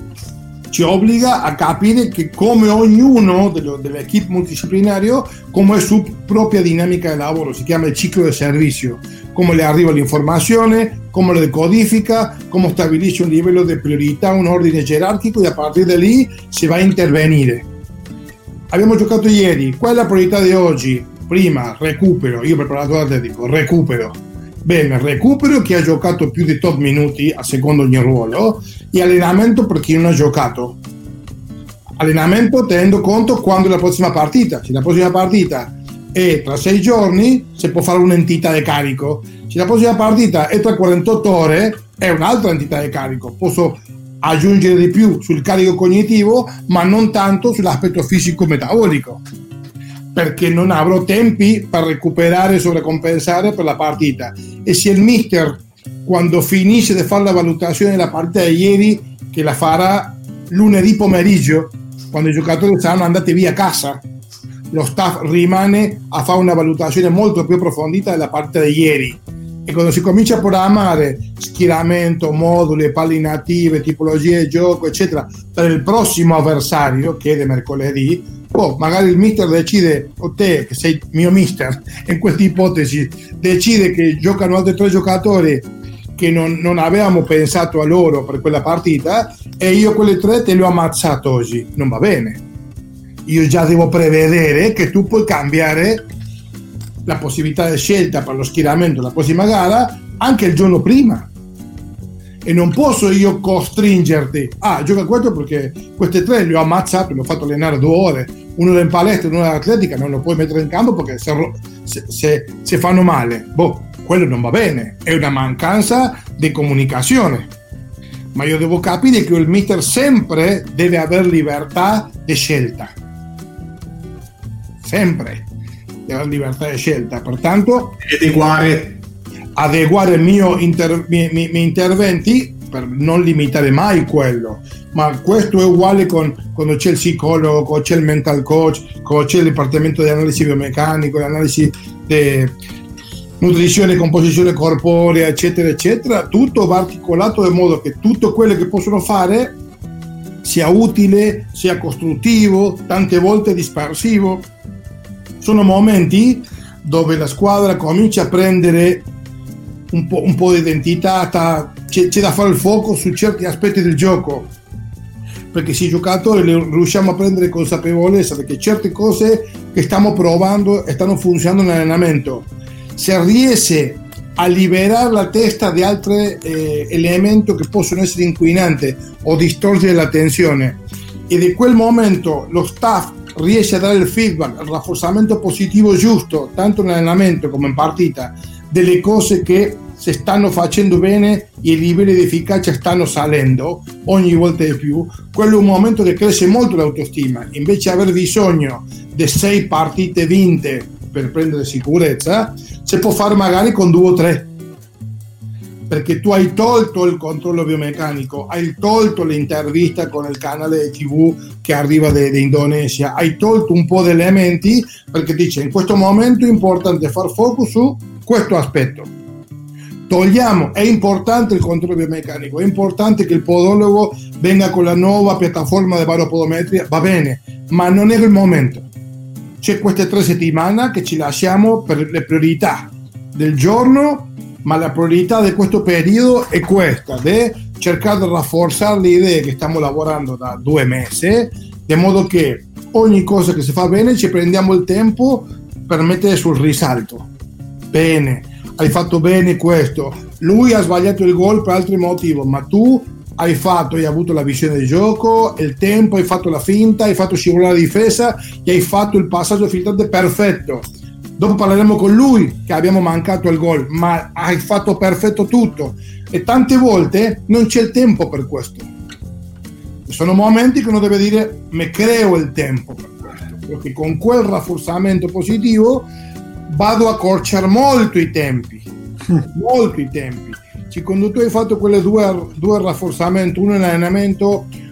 ci obbliga a capire che come ognuno dello, dell'equipe multidisciplinario, come è su propria dinamica di lavoro, si chiama il ciclo di servizio, come le arriva l'informazione, come lo decodifica, come stabilisce un livello di priorità, un ordine gerarchico, e a partire da lì si va a intervenire. Abbiamo giocato ieri, qual è la priorità di oggi? Prima, recupero, io preparato l'atletico, recupero. Bene, recupero chi ha giocato più di tot minuti a secondo ogni ruolo, e allenamento per chi non ha giocato. Allenamento tenendo conto quando è la prossima partita. Se la prossima partita è tra sei giorni, si può fare un'entità di carico. Se la prossima partita è tra quarantotto ore, è un'altra entità di carico. Posso aggiungere di più sul carico cognitivo, ma non tanto sull'aspetto fisico-metabolico, perché non avrò tempi per recuperare e sovracompensare per la partita. E se il mister, quando finisce di fare la valutazione della partita di ieri, che la farà lunedì pomeriggio, quando i giocatori saranno andati via a casa, lo staff rimane a fare una valutazione molto più approfondita della partita di ieri. E quando si comincia a programmare schieramento, moduli, palle inattive, tipologie di gioco, eccetera, per il prossimo avversario, che è di mercoledì, oh, magari il mister decide, o te che sei mio mister, in questa ipotesi, decide che giocano altri tre giocatori che non, non avevamo pensato a loro per quella partita, e io quelle tre te le ho ammazzato oggi. Non va bene. Io già devo prevedere che tu puoi cambiare la possibilità di scelta per lo schieramento della prossima gara anche il giorno prima, e non posso io costringerti ah gioca questo perché queste tre le ho ammazzate, le ho fatto allenare due ore, uno era in palestra e uno era atletica, non lo puoi mettere in campo perché se, se, se, se fanno male, boh, quello non va bene, è una mancanza di comunicazione. Ma io devo capire che il mister sempre deve avere libertà di scelta, sempre della libertà di scelta, pertanto adeguare adeguare il mio inter, mi, mi, mi interventi per non limitare mai quello. Ma questo è uguale con quando c'è il psicologo, c'è il mental coach, quando c'è il dipartimento di analisi biomecanico, di analisi di nutrizione e composizione corporea, eccetera eccetera. Tutto va articolato in modo che tutto quello che possono fare sia utile, sia costruttivo, tante volte dispersivo. Sono momenti dove la squadra comincia a prendere un po', un po' di identità, c'è, c'è da fare il fuoco su certi aspetti del gioco, perché se i giocatori riusciamo a prendere consapevolezza perché certe cose che stiamo provando e stanno funzionando nell'allenamento, se riesce a liberare la testa di altri eh, elementi che possono essere inquinanti o distorcere l'attenzione, e di quel momento lo staff riesce a dare il feedback, il rafforzamento positivo giusto, tanto nell'allenamento come in partita, delle cose che si stanno facendo bene e i livelli di efficacia stanno salendo ogni volta di più, quello è un momento che cresce molto l'autostima. Invece di aver bisogno di sei partite vinte per prendere sicurezza, si può fare magari con due o tre, perché tu hai tolto il controllo biomeccanico, hai tolto l'intervista con il canale tivù che arriva da Indonesia, hai tolto un po' di elementi, perché dice in questo momento è importante far focus su questo aspetto. Togliamo, è importante il controllo biomeccanico, è importante che il podologo venga con la nuova piattaforma di baropodometria, va bene, ma non è il momento. C'è queste tre settimane che ci lasciamo per le priorità del giorno, ma la priorità di questo periodo è questa, di cercare di rafforzare le idee che stiamo lavorando da due mesi, di modo che ogni cosa che si fa bene ci prendiamo il tempo per mettere sul risalto. Bene, hai fatto bene questo, lui ha sbagliato il gol per altri motivi, ma tu hai fatto, hai avuto la visione del gioco, il tempo, hai fatto la finta, hai fatto scivolare la difesa e hai fatto il passaggio filtrante perfetto. Dopo parleremo con lui che abbiamo mancato il gol, ma hai fatto perfetto tutto, e tante volte non c'è il tempo per questo. Sono momenti che uno deve dire mi creo il tempo per questo, perché con quel rafforzamento positivo vado a accorciare molto i tempi, molto i tempi. Se quando tu hai fatto quelle due, due rafforzamenti, uno in allenamento,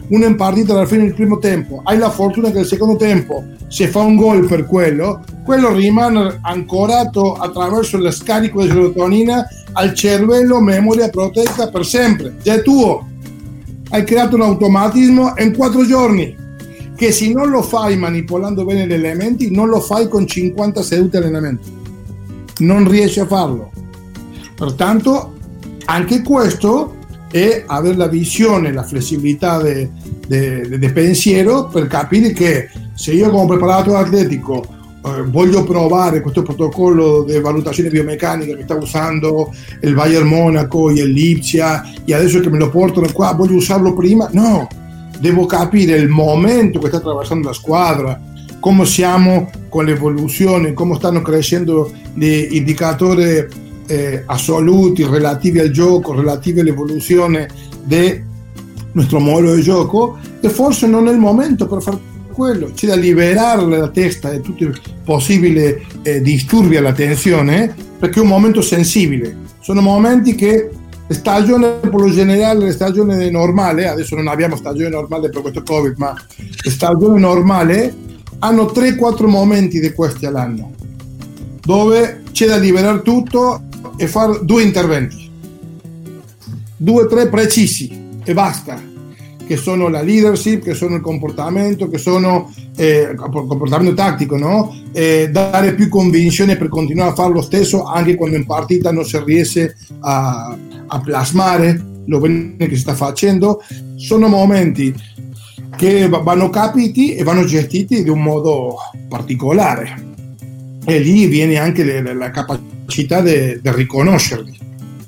uno in partita alla fine del primo tempo, hai la fortuna che il secondo tempo se fa un gol per quello, quello rimane ancorato attraverso lo scarico di serotonina al cervello, memoria protetta per sempre, già è tuo, hai creato un automatismo in quattro giorni che se non lo fai manipolando bene gli elementi non lo fai con cinquanta sedute di allenamento, non riesci a farlo. Pertanto anche questo è avere la visione, la flessibilità di pensiero per capire che se io come preparatore atletico eh, voglio provare questo protocollo di valutazione biomeccanica che sta usando il Bayern Monaco e il Lipsia e adesso che me lo portano qua voglio usarlo prima, no, devo capire il momento che sta attraversando la squadra, come siamo con l'evoluzione, come stanno crescendo gli indicatori Eh, assoluti relativi al gioco, relativi all'evoluzione del nostro modello di gioco, e forse non è il momento per fare quello, c'è da liberare la testa e tutti i possibili eh, disturbi all'attenzione, perché è un momento sensibile, sono momenti che stagione per lo generale, le stagioni normale, adesso non abbiamo stagione normale per questo Covid, ma le stagioni normale hanno tre quattro momenti di questi all'anno dove c'è da liberare tutto e fare due interventi, due o tre precisi e basta, che sono la leadership, che sono il comportamento, che sono eh, il comportamento tattico, no? E dare più convinzione per continuare a fare lo stesso anche quando in partita non si riesce a, a plasmare lo bene che si sta facendo. Sono momenti che vanno capiti e vanno gestiti di un modo particolare, e lì viene anche le, le, la capacità di riconoscerli.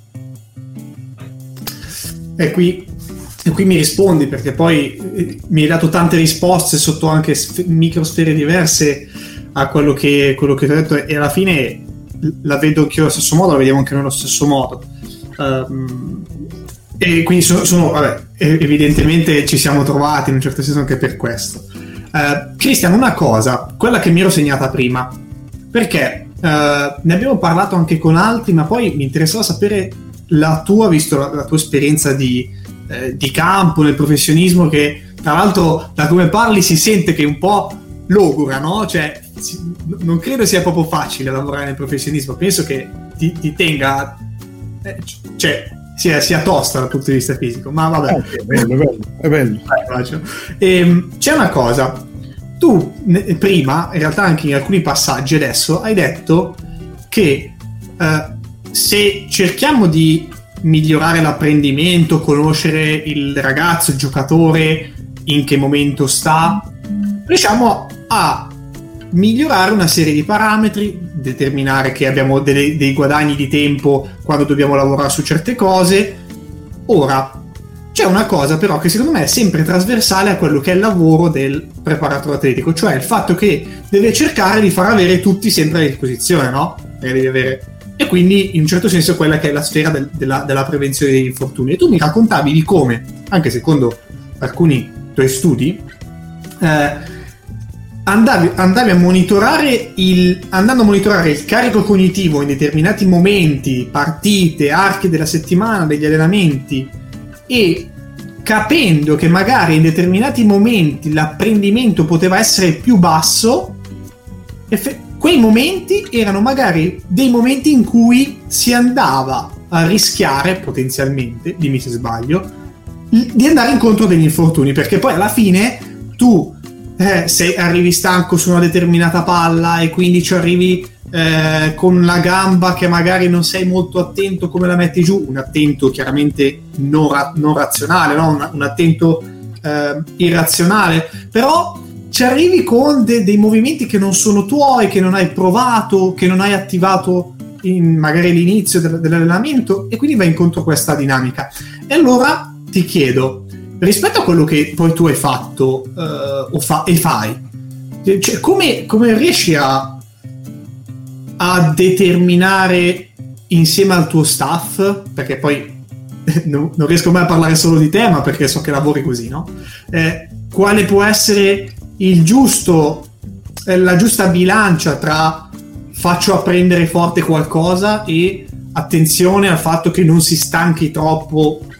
E qui, e qui mi rispondi, perché poi eh, mi hai dato tante risposte sotto anche sf- microsfere diverse a quello che, quello che ti ho detto, e alla fine la vedo anche io allo stesso modo, la vediamo anche noi allo stesso modo. Um, e quindi sono, sono vabbè, evidentemente ci siamo trovati in un certo senso anche per questo. Uh, Cristian, una cosa, quella che mi ero segnata prima, perché uh, ne abbiamo parlato anche con altri, ma poi mi interessava sapere la tua, visto la, la tua esperienza di, eh, di campo, nel professionismo, che tra l'altro da come parli si sente che è un po' logora, no? Cioè, si, non credo sia proprio facile lavorare nel professionismo, penso che ti, ti tenga, eh, cioè sia, sia tosta dal punto di vista fisico, ma vabbè. È bello, è bello, è bello. E, c'è una cosa, tu ne, prima, in realtà anche in alcuni passaggi adesso, hai detto che eh, se cerchiamo di migliorare l'apprendimento, conoscere il ragazzo, il giocatore, in che momento sta, riusciamo a migliorare una serie di parametri, determinare che abbiamo delle, dei guadagni di tempo quando dobbiamo lavorare su certe cose. Ora, c'è una cosa però che secondo me è sempre trasversale a quello che è il lavoro del preparatore atletico, cioè il fatto che deve cercare di far avere tutti sempre a disposizione, no? E devi avere... E quindi in un certo senso quella che è la sfera del, della, della prevenzione degli infortuni. E tu mi raccontavi di come, anche secondo alcuni tuoi studi, eh, andavi, andavi a monitorare il, andando a monitorare il carico cognitivo in determinati momenti, partite, archi della settimana, degli allenamenti, e capendo che magari in determinati momenti l'apprendimento poteva essere più basso, effe- quei momenti erano magari dei momenti in cui si andava a rischiare potenzialmente, dimmi se sbaglio, di andare incontro degli infortuni, perché poi alla fine tu eh, se arrivi stanco su una determinata palla e quindi ci arrivi eh, con la gamba che magari non sei molto attento come la metti giù, un attento chiaramente non, ra- non razionale, no? un, un attento eh, irrazionale, però ci arrivi con de- dei movimenti che non sono tuoi, che non hai provato, che non hai attivato in magari l'inizio de- dell'allenamento, e quindi vai incontro a questa dinamica. E allora ti chiedo, rispetto a quello che poi tu hai fatto eh, o fa- e fai, cioè, come, come riesci a, a determinare insieme al tuo staff, perché poi non, non riesco mai a parlare solo di te, ma perché so che lavori così, no? Eh, quale può essere il giusto, la giusta bilancia tra faccio apprendere forte qualcosa e attenzione al fatto che non si stanchi troppo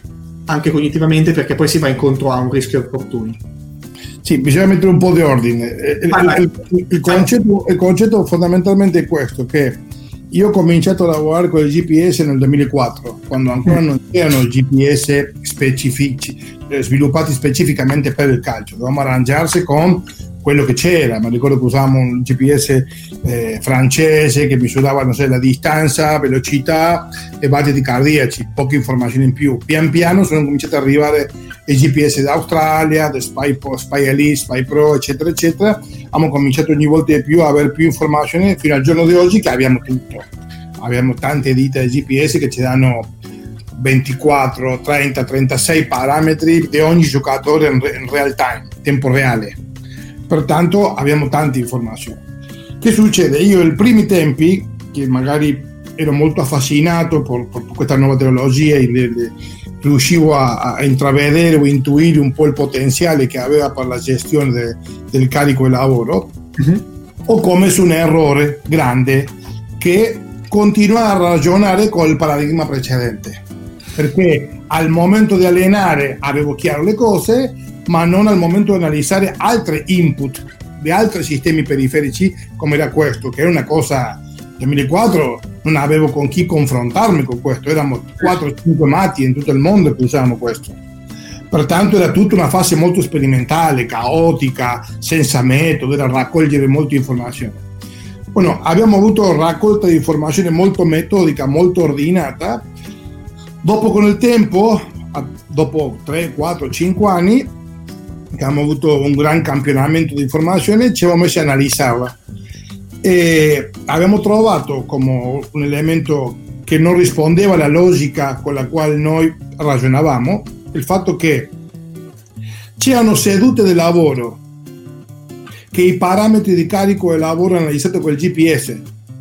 anche cognitivamente, perché poi si va incontro a un rischio infortuni. Sì, bisogna mettere un po' di ordine. Il, vai, il, il, il, concetto, il concetto fondamentalmente è questo, che io ho cominciato a lavorare con il G P S nel duemilaquattro, quando ancora non c'erano G P S specifici, eh, sviluppati specificamente per il calcio. Dovevamo arrangiarsi con quello che c'era. Mi ricordo che usavamo un G P S eh, francese che misurava, non so, la distanza, velocità e battiti cardiaci, poche informazioni in più. Pian piano sono cominciati ad arrivare i G P S d'Australia, di Spy, Spy Elite, Spy Pro, eccetera, eccetera. Abbiamo cominciato ogni volta di più a avere più informazioni fino al giorno di oggi che abbiamo tutto. Abbiamo tante ditte di G P S che ci danno ventiquattro, trenta, trentasei parametri di ogni giocatore in, in real time, tempo reale. Pertanto abbiamo tante informazioni. Che succede? Io ai primi tempi, che magari ero molto affascinato per, per questa nuova tecnologia, e le, le, riuscivo a, a intravedere o intuire un po' il potenziale che aveva per la gestione de, del carico di lavoro, uh-huh. ho commesso un errore grande che continua a ragionare col paradigma precedente, perché al momento di allenare avevo chiaro le cose, ma non al momento di analizzare altri input di altri sistemi periferici come era questo, che era una cosa. Nel duemilaquattro non avevo con chi confrontarmi con questo, eravamo quattro cinque matti in tutto il mondo che usavano questo. Pertanto era tutta una fase molto sperimentale, caotica, senza metodo, era raccogliere molte informazioni. Bueno, abbiamo avuto raccolta di informazioni molto metodica, molto ordinata. Dopo, con il tempo, dopo tre, quattro, cinque anni, che abbiamo avuto un gran campionamento di informazioni, ci siamo messi a analizzarla. E abbiamo trovato come un elemento che non rispondeva alla logica con la quale noi ragionavamo il fatto che c'erano sedute di lavoro che i parametri di carico e lavoro analizzati con il G P S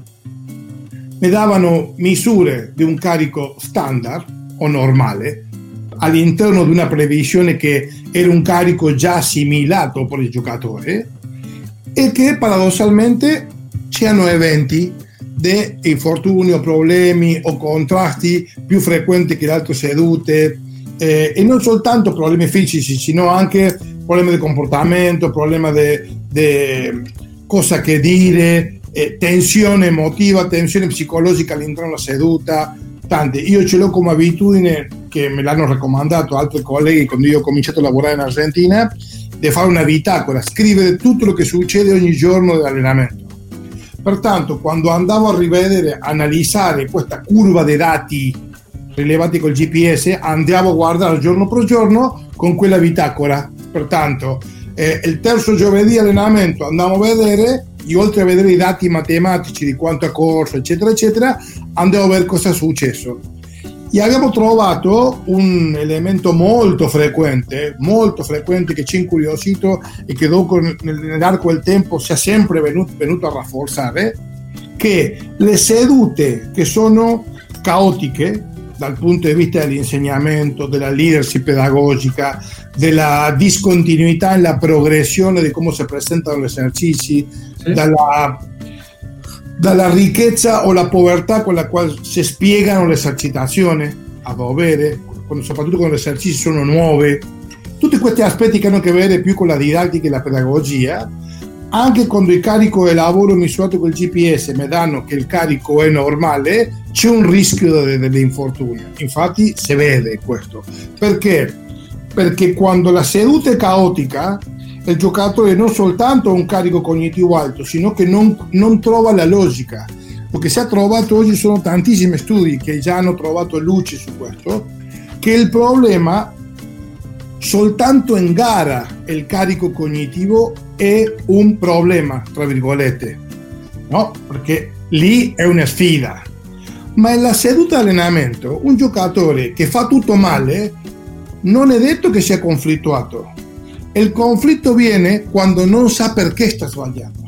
mi davano misure di un carico standard o normale all'interno di una previsione che era un carico già assimilato per il giocatore, e che paradossalmente c'erano eventi di infortuni o problemi o contrasti più frequenti che le altre sedute, eh, e non soltanto problemi fisici, sino anche problemi di comportamento, problemi di cosa che dire, eh, tensione emotiva, tensione psicologica all'interno della seduta, tante. Io ce l'ho come abitudine, che me l'hanno raccomandato altri colleghi quando io ho cominciato a lavorare in Argentina, di fare una bitácora, scrivere tutto lo che succede ogni giorno dell'allenamento. Pertanto, quando andavo a rivedere, analizzare questa curva dei dati rilevati col G P S, andavo a guardare giorno per giorno con quella bitácora. Pertanto, eh, il terzo giovedì allenamento andavo a vedere, e oltre a vedere i dati matematici di quanto ha corso, eccetera, eccetera, andavo a vedere cosa è successo. E abbiamo trovato un elemento molto frequente, molto frequente che ci ha incuriosito e che dopo nell'arco del tempo si è sempre venuto, venuto a rafforzare, che le sedute che sono caotiche dal punto di vista dell'insegnamento, della leadership pedagogica, della discontinuità nella progressione di come si presentano gli esercizi, sì. dalla dalla ricchezza o la povertà con la quale si spiegano le esercitazioni a dovere, soprattutto quando le esercizi sono nuove, tutti questi aspetti che hanno a che vedere più con la didattica e la pedagogia. Anche quando il carico di lavoro misurato col G P S mi danno che il carico è normale, c'è un rischio dell'infortunio. Infatti si vede questo. Perché? Perché quando la seduta è caotica, il giocatore non soltanto ha un carico cognitivo alto, sino che non, non trova la logica. Perché si è trovato, oggi sono tantissimi studi che già hanno trovato luce su questo, che il problema soltanto in gara il carico cognitivo è un problema, tra virgolette, no? Perché lì è una sfida. Ma nella seduta di allenamento un giocatore che fa tutto male non è detto che sia conflittuato. Il conflitto viene quando non sa perché sta sbagliando.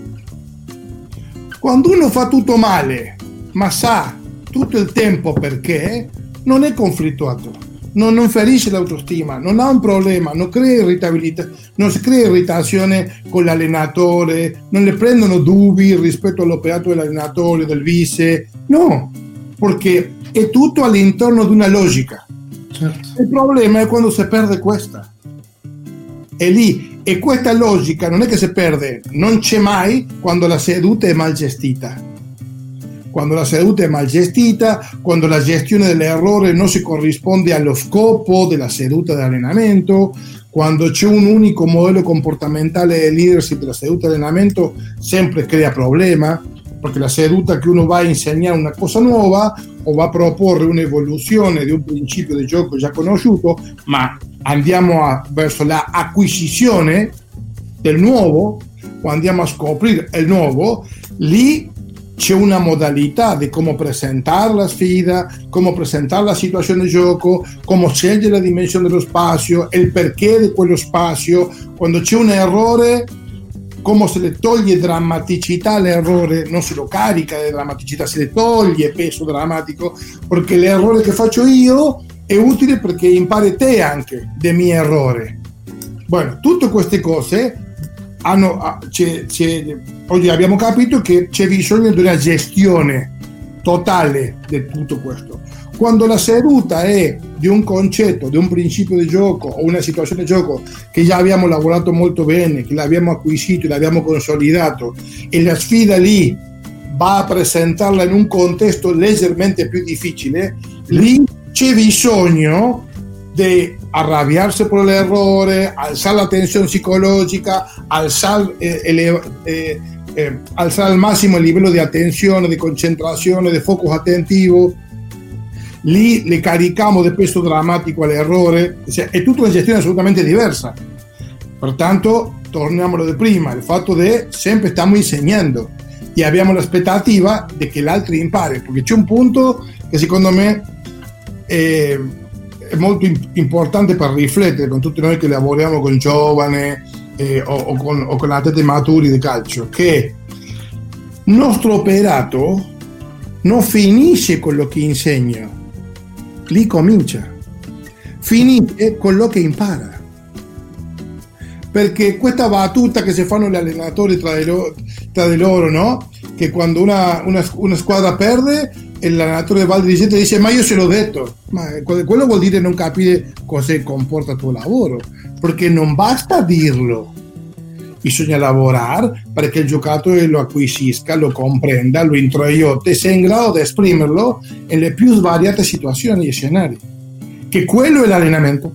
Quando uno fa tutto male ma sa tutto il tempo perché, non è conflittuato, non, non ferisce l'autostima, non ha un problema, non crea irritabilità, non si crea irritazione con l'allenatore, non le prendono dubbi rispetto all'operato dell'allenatore, del vice, no, perché è tutto all'interno di una logica. Certo. Il problema è quando si perde questa. È lì. E questa logica non è che si perde, non c'è mai quando la seduta è mal gestita. Quando la seduta è mal gestita, quando la gestione dell'errore non si corrisponde allo scopo della seduta di allenamento, quando c'è un unico modello comportamentale e leadership della seduta di allenamento, sempre crea problema, perché la seduta che uno va a insegnare una cosa nuova o va a proporre un'evoluzione di un principio di gioco già conosciuto, ma andiamo a, verso la acquisizione del nuovo, o andiamo a scoprire il nuovo, lì c'è una modalità di come presentare la sfida, come presentare la situazione di gioco, come scegliere la dimensione dello spazio, il perché di quello spazio. Quando c'è un errore, come se le toglie drammaticità all'errore, non se lo carica di drammaticità, se le toglie peso drammatico, perché l'errore che faccio io è utile perché impari te anche dei miei errori. Bueno, tutte queste cose hanno, c'è, c'è, oggi abbiamo capito che c'è bisogno di una gestione totale di tutto questo. Quando la seduta è di un concetto, di un principio di gioco o una situazione di gioco che già abbiamo lavorato molto bene, che l'abbiamo acquisito, l'abbiamo consolidato, e la sfida lì va a presentarla in un contesto leggermente più difficile, lì c'è bisogno di arrabbiarsi per l'errore, alzare la tensione psicologica, alzare, eh, ele- eh, eh, alzare al massimo il livello di attenzione, di concentrazione, di focus attentivo. Lì le carichiamo di peso drammatico all'errore, cioè, è tutta una gestione assolutamente diversa. Pertanto, torniamo di prima, il fatto che sempre stiamo insegnando e abbiamo l'aspettativa di che l'altro impari, perché c'è un punto che secondo me è, è molto importante per riflettere con tutti noi che lavoriamo con giovani eh, o, o, con, o con atleti maturi di calcio, che il nostro operato non finisce con quello che insegna, lì comincia, finisce con quello che impara. Perché questa battuta che si fanno gli allenatori tra di loro, tra di loro no? Che quando una, una, una squadra perde, l'allenatore va al dirigente e dice: ma io se l'ho detto. Ma quello vuol dire non capire cosa comporta il tuo lavoro, perché non basta dirlo, bisogna lavorare perché il giocatore lo acquisisca, lo comprenda, lo introiotti e sia in grado di esprimerlo nelle più svariate situazioni e scenari, che quello è l'allenamento.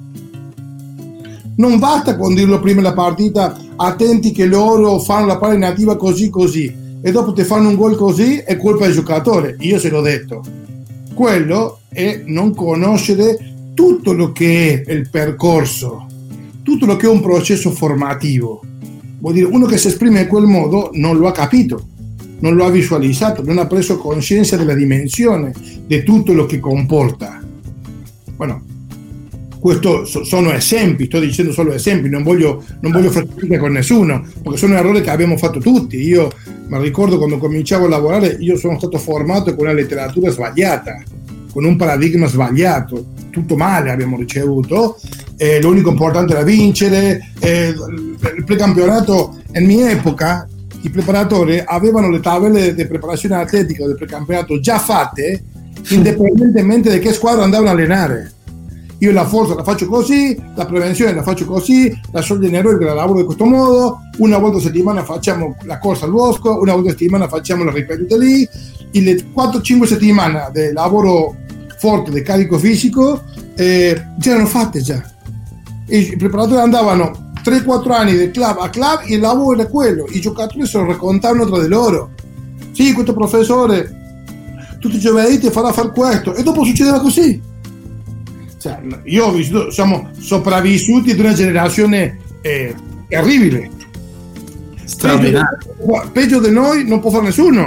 Non basta con dirlo prima della partita: attenti che loro fanno la palla nativa così così, e dopo ti fanno un gol così, è colpa del giocatore, io se l'ho detto. Quello è non conoscere tutto lo che è il percorso, tutto lo che è un processo formativo. Vuol dire, uno che si esprime in quel modo non lo ha capito, non lo ha visualizzato, non ha preso coscienza della dimensione di tutto lo che comporta. Bueno, questo sono esempi, sto dicendo solo esempi, non voglio, non voglio fare critica con nessuno, perché sono errori che abbiamo fatto tutti. Io mi ricordo quando cominciavo a lavorare, io sono stato formato con una letteratura sbagliata, con un paradigma sbagliato, tutto male abbiamo ricevuto, eh, l'unico importante era vincere, eh, il precampionato, in mia epoca i preparatori avevano le tabelle di preparazione atletica del precampionato già fatte, indipendentemente da che squadra andavano a allenare. Io la forza la faccio così, la prevenzione la faccio così, la soglia in errore la lavoro in questo modo, una volta a settimana facciamo la corsa al bosco, una volta a settimana facciamo la ripetuta lì, e le quattro cinque settimane di lavoro forte, di carico fisico, eh, già erano fatte già. E i preparatori andavano tre quattro anni di club a club e il lavoro era quello, i giocatori se lo raccontavano tra di loro. Sì, questo professore tutti i giovedì ti farà fare questo, e dopo succedeva così. Cioè, io ho vissuto, siamo sopravvissuti ad una generazione eh, terribile, straordinaria. Peggio, peggio di noi non può fare nessuno,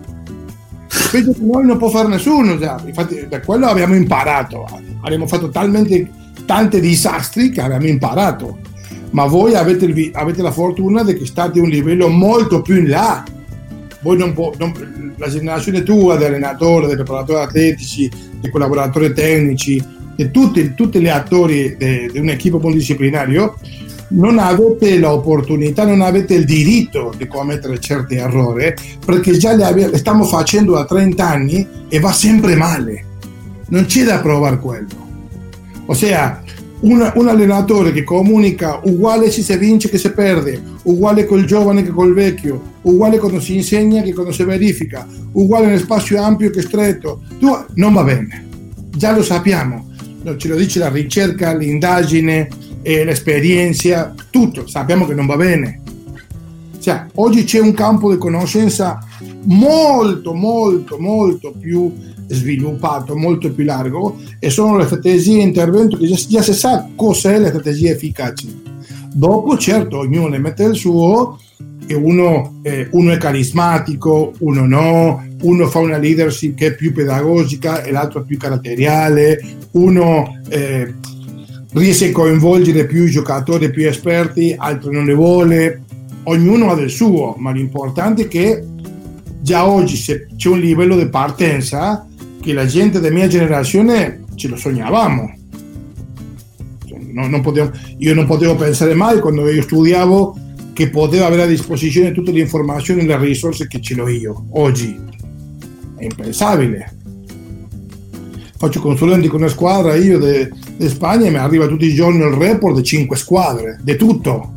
peggio di noi non può fare nessuno già. Infatti da quello abbiamo imparato, abbiamo fatto talmente tanti disastri che abbiamo imparato, ma voi avete, il, avete la fortuna di che state a un livello molto più in là. Voi non può, non, la generazione tua di allenatori, di preparatori atletici, di collaboratori tecnici, e tutti, tutti gli attori di un equipo multidisciplinario, non avete l'opportunità, non avete il diritto di commettere certi errori, perché già li, ave- li stiamo facendo da trenta anni e va sempre male, non c'è da provare quello. Ossia, un, un allenatore che comunica uguale se si vince che se perde, uguale col giovane che col vecchio, uguale quando si insegna che quando si verifica, uguale nel spazio ampio che stretto, tu, non va bene, già lo sappiamo, ce lo dice la ricerca, l'indagine, eh, l'esperienza, tutto, sappiamo che non va bene. Cioè, oggi c'è un campo di conoscenza molto molto molto più sviluppato, molto più largo, e sono le strategie di intervento che già, già si sa cos'è la strategia efficace. Dopo, certo, ognuno ne mette il suo, e uno, eh, uno è carismatico, uno no, uno fa una leadership che è più pedagogica e l'altro più caratteriale, uno eh, riesce a coinvolgere più i giocatori più esperti, altro non ne vuole. Ognuno ha del suo, ma l'importante è che già oggi se c'è un livello di partenza che la gente della mia generazione ce lo sognavamo. Non, non potevo, io non potevo pensare mai, quando io studiavo, che potevo avere a disposizione tutte le informazioni e le risorse che ce l'ho io. Oggi è impensabile. Faccio consulenti con una squadra io di Spagna e mi arriva tutti i giorni il report di cinque squadre, di tutto.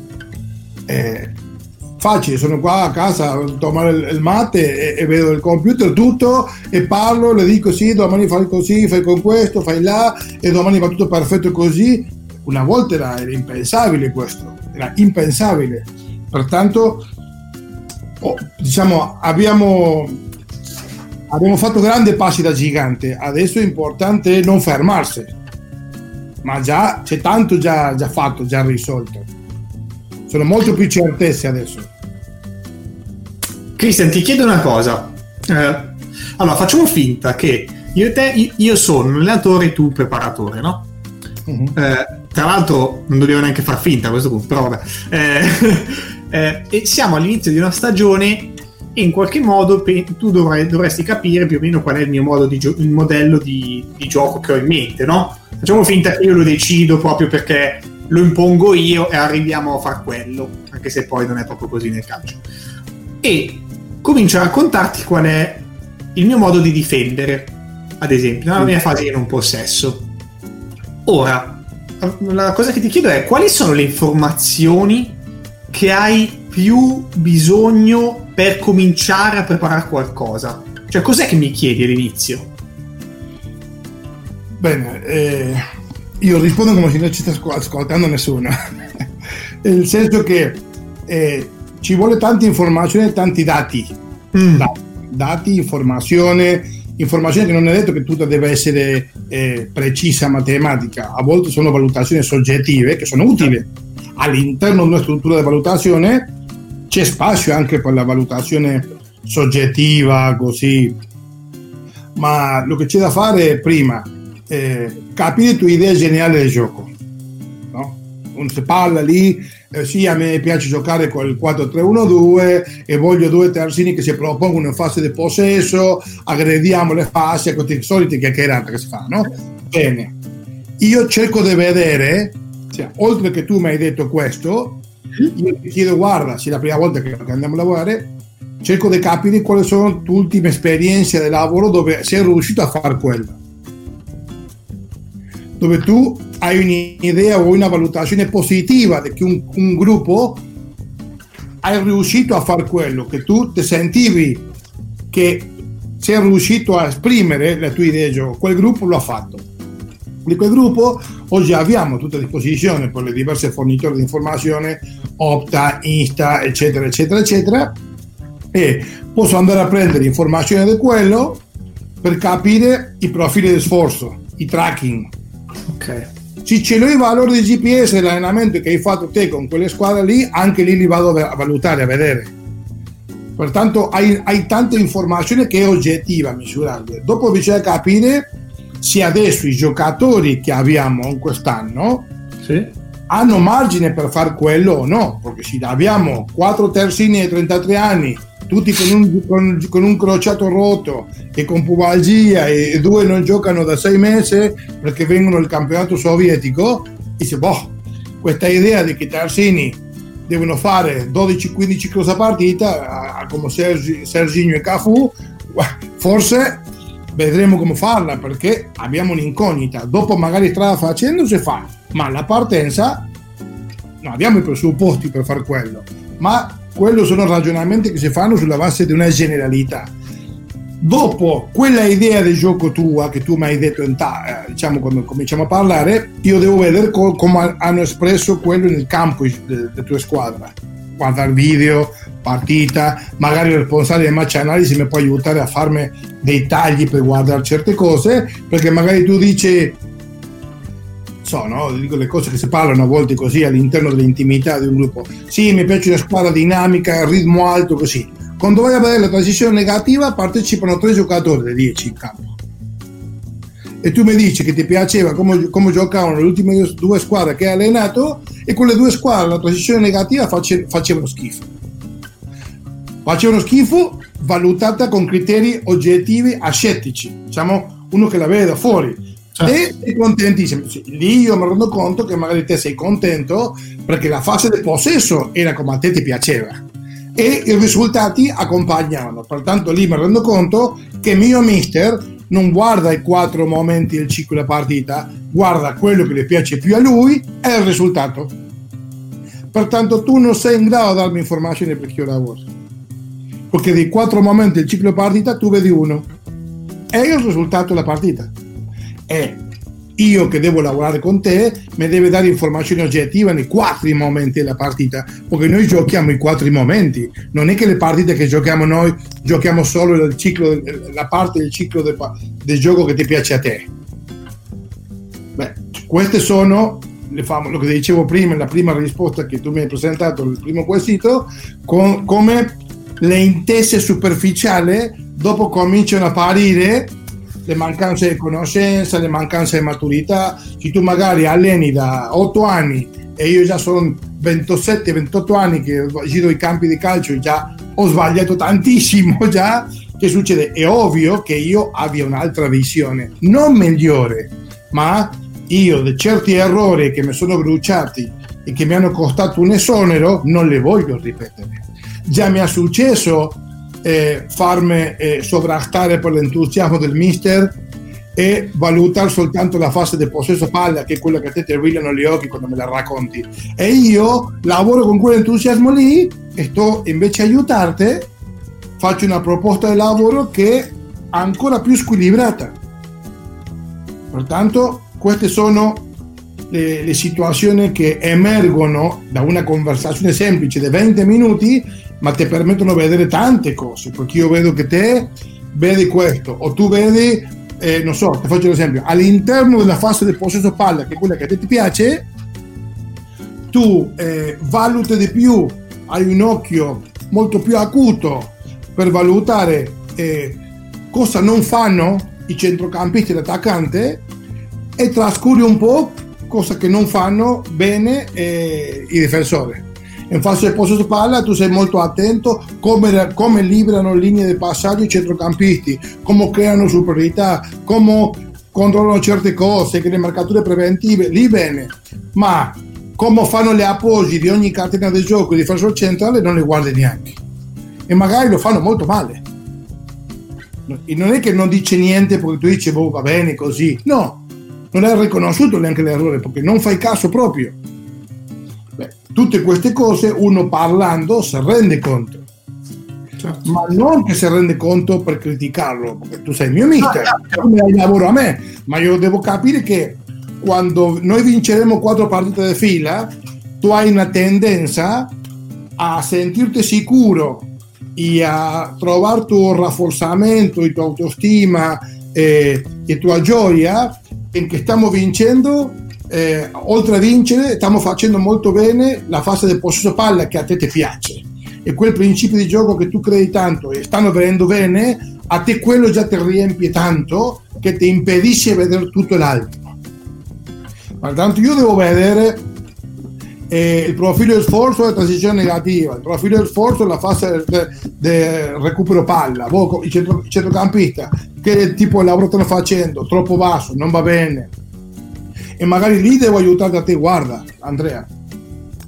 Eh, facile, sono qua a casa a tomare il, il latte e, e vedo il computer tutto e parlo, le dico sì, domani fai così, fai con questo, fai là e domani va tutto perfetto così. Una volta era, era impensabile questo, era impensabile. Pertanto oh, diciamo abbiamo abbiamo fatto grandi passi da gigante, adesso è importante non fermarsi, ma già c'è tanto già, già fatto, già risolto. Sono molto più certezze adesso. Cristian, ti chiedo una cosa. Eh, allora, facciamo finta che io e te, io sono un allenatore e tu un preparatore, no? Uh-huh. Eh, tra l'altro non dobbiamo neanche far finta a questo punto, però vabbè. Eh, eh, e siamo all'inizio di una stagione e in qualche modo pe- tu dovrai, dovresti capire più o meno qual è il mio modo di gio- il modello di, di gioco che ho in mente, no? Facciamo finta che io lo decido proprio perché lo impongo io e arriviamo a far quello, anche se poi non è proprio così nel calcio, e comincio a raccontarti qual è il mio modo di difendere, ad esempio nella mia fase di non possesso. Ora, la cosa che ti chiedo è: quali sono le informazioni che hai più bisogno per cominciare a preparare qualcosa? Cioè, cos'è che mi chiedi all'inizio? Bene, eh io rispondo come se non ci sta ascoltando nessuno, nel senso che eh, ci vuole tanta informazione e tanti dati. mm. dati, dati, informazione, informazione che non è detto che tutta deve essere eh, precisa matematica, a volte sono valutazioni soggettive che sono utili. All'interno di una struttura di valutazione c'è spazio anche per la valutazione soggettiva, così, ma lo che c'è da fare è prima Eh, capire la tua idea generale del gioco, no? Non si parla lì, eh, sì, a me piace giocare col quattro tre uno due e voglio due terzini che si propongono in fase di possesso, aggrediamo le fasce, queste solite chiacchierate che si fanno. Bene, io cerco di vedere, cioè, oltre che tu mi hai detto questo, io ti chiedo, guarda, se è la prima volta che andiamo a lavorare, cerco di capire quali sono le tue ultime esperienze di lavoro dove sei riuscito a fare quello, dove tu hai un'idea o una valutazione positiva di che un, un gruppo hai riuscito a fare quello, che tu ti sentivi che sei riuscito a esprimere la tua idea di gioco, quel gruppo lo ha fatto. Di quel gruppo oggi abbiamo tutte a disposizione per le diverse fornitori di informazione, Opta, Insta, eccetera, eccetera, eccetera, e posso andare a prendere informazioni di quello per capire i profili di sforzo, i tracking. Ok. Se ce l'ho i valori di G P S dell'allenamento che hai fatto te con quelle squadre lì, anche lì li vado a valutare, a vedere. Pertanto hai, hai tanta informazione che è oggettiva, misurabile. Dopo bisogna capire se adesso i giocatori che abbiamo quest'anno sì. hanno margine per far quello o no, perché se abbiamo quattro terzini di trentatré anni, tutti con un, con, con un crociato rotto e con pubalgia, e due non giocano da sei mesi perché vengono dal campionato sovietico, dice, boh, questa idea di che i terzini devono fare dodici quindici cross a partita, come Sergi, Serginho e Cafu, forse vedremo come farla, perché abbiamo un'incognita. Dopo magari strada facendo si fa, ma la partenza non abbiamo i presupposti per fare quello, ma quello sono ragionamenti che si fanno sulla base di una generalità. Dopo quella idea del gioco tua che tu mi hai detto in ta- diciamo quando cominciamo a parlare, io devo vedere co- come hanno espresso quello nel campo della tua squadra, guardare video, partita, magari il responsabile di match analisi mi può aiutare a farmi dei tagli per guardare certe cose, perché magari tu dici, so, no? Dico le cose che si parlano a volte così all'interno dell'intimità di un gruppo, sì, mi piace una squadra dinamica, il ritmo alto, così. Quando vai a vedere la transizione negativa partecipano tre giocatori dei dieci in campo, e tu mi dici che ti piaceva come, come giocavano le ultime due squadre che hai allenato, e quelle due squadre la transizione negativa face, facevano schifo facevano schifo valutata con criteri oggettivi ascettici, diciamo uno che la vede da fuori. Certo. E sei contentissimo. Lì io mi rendo conto che magari te sei contento perché la fase del possesso era come a te ti piaceva e i risultati accompagnavano, pertanto lì mi rendo conto che il mio mister non guarda i quattro momenti del ciclo della partita, guarda quello che le piace più a lui e il risultato. Pertanto tu non sei in grado di darmi informazioni perché io lavoro, perché dei quattro momenti del ciclo della partita tu vedi uno e il risultato della partita. E io che devo lavorare con te mi deve dare informazioni oggettive nei quattro momenti della partita, perché noi giochiamo i quattro momenti, non è che le partite che giochiamo noi giochiamo solo il ciclo, la parte del ciclo del, del gioco che ti piace a te. Beh, queste sono le famo, lo che dicevo prima nella prima risposta che tu mi hai presentato, il primo quesito, con, come le intese superficiali dopo cominciano a apparire le mancanze di conoscenza, le mancanze di maturità. Se tu magari alleni da otto anni e io già sono ventisette ventotto anni che giro i campi di calcio e già ho sbagliato tantissimo già, che succede? È ovvio che io abbia un'altra visione, non migliore, ma io di certi errori che mi sono bruciati e che mi hanno costato un esonero non le voglio ripetere. Già mi è successo Eh, farmi eh, sovrastare per l'entusiasmo del mister e valutare soltanto la fase del possesso palla, che è quella che a te ti brillano gli occhi quando me la racconti, e io lavoro con quell'entusiasmo lì e sto invece a aiutarti, faccio una proposta di lavoro che è ancora più squilibrata. Pertanto queste sono le, le situazioni che emergono da una conversazione semplice di venti minuti, ma ti permettono di vedere tante cose, perché io vedo che te vedi questo, o tu vedi, eh, non so, ti faccio l'esempio, all'interno della fase del possesso palla, che è quella che a te ti piace, tu eh, valuti di più, hai un occhio molto più acuto per valutare eh, cosa non fanno i centrocampisti e l'attaccante, e trascuri un po' cosa che non fanno bene eh, i difensori. In fase del possesso palla tu sei molto attento come, come liberano linee di passaggio i centrocampisti, come creano superiorità, come controllano certe cose, che le marcature preventive, lì bene, ma come fanno le appoggi di ogni catena del gioco il difensore centrale non le guardi neanche, e magari lo fanno molto male. E non è che non dice niente perché tu dici boh, va bene così, no, non hai riconosciuto neanche l'errore perché non fai caso proprio. Beh, tutte queste cose uno parlando si rende conto, certo. Ma non che si rende conto per criticarlo, perché tu sei il mio mister, tu mi dai lavoro a me, ma io devo capire che quando noi vinceremo quattro partite di fila tu hai una tendenza a sentirti sicuro e a trovare tuo rafforzamento, la tua autostima e la tua gioia in che stiamo vincendo. Eh, oltre a vincere stiamo facendo molto bene la fase del possesso palla che a te ti piace, e quel principio di gioco che tu crei tanto e stanno venendo bene a te, quello già ti riempie tanto che ti impedisce di vedere tutto l'altro. Pertanto io devo vedere eh, il profilo di sforzo della transizione negativa, il profilo di sforzo della fase del recupero palla, il centro, centrocampista, che tipo di lavoro stanno facendo, troppo basso, non va bene, e magari lì devo aiutarti a te. Guarda Andrea,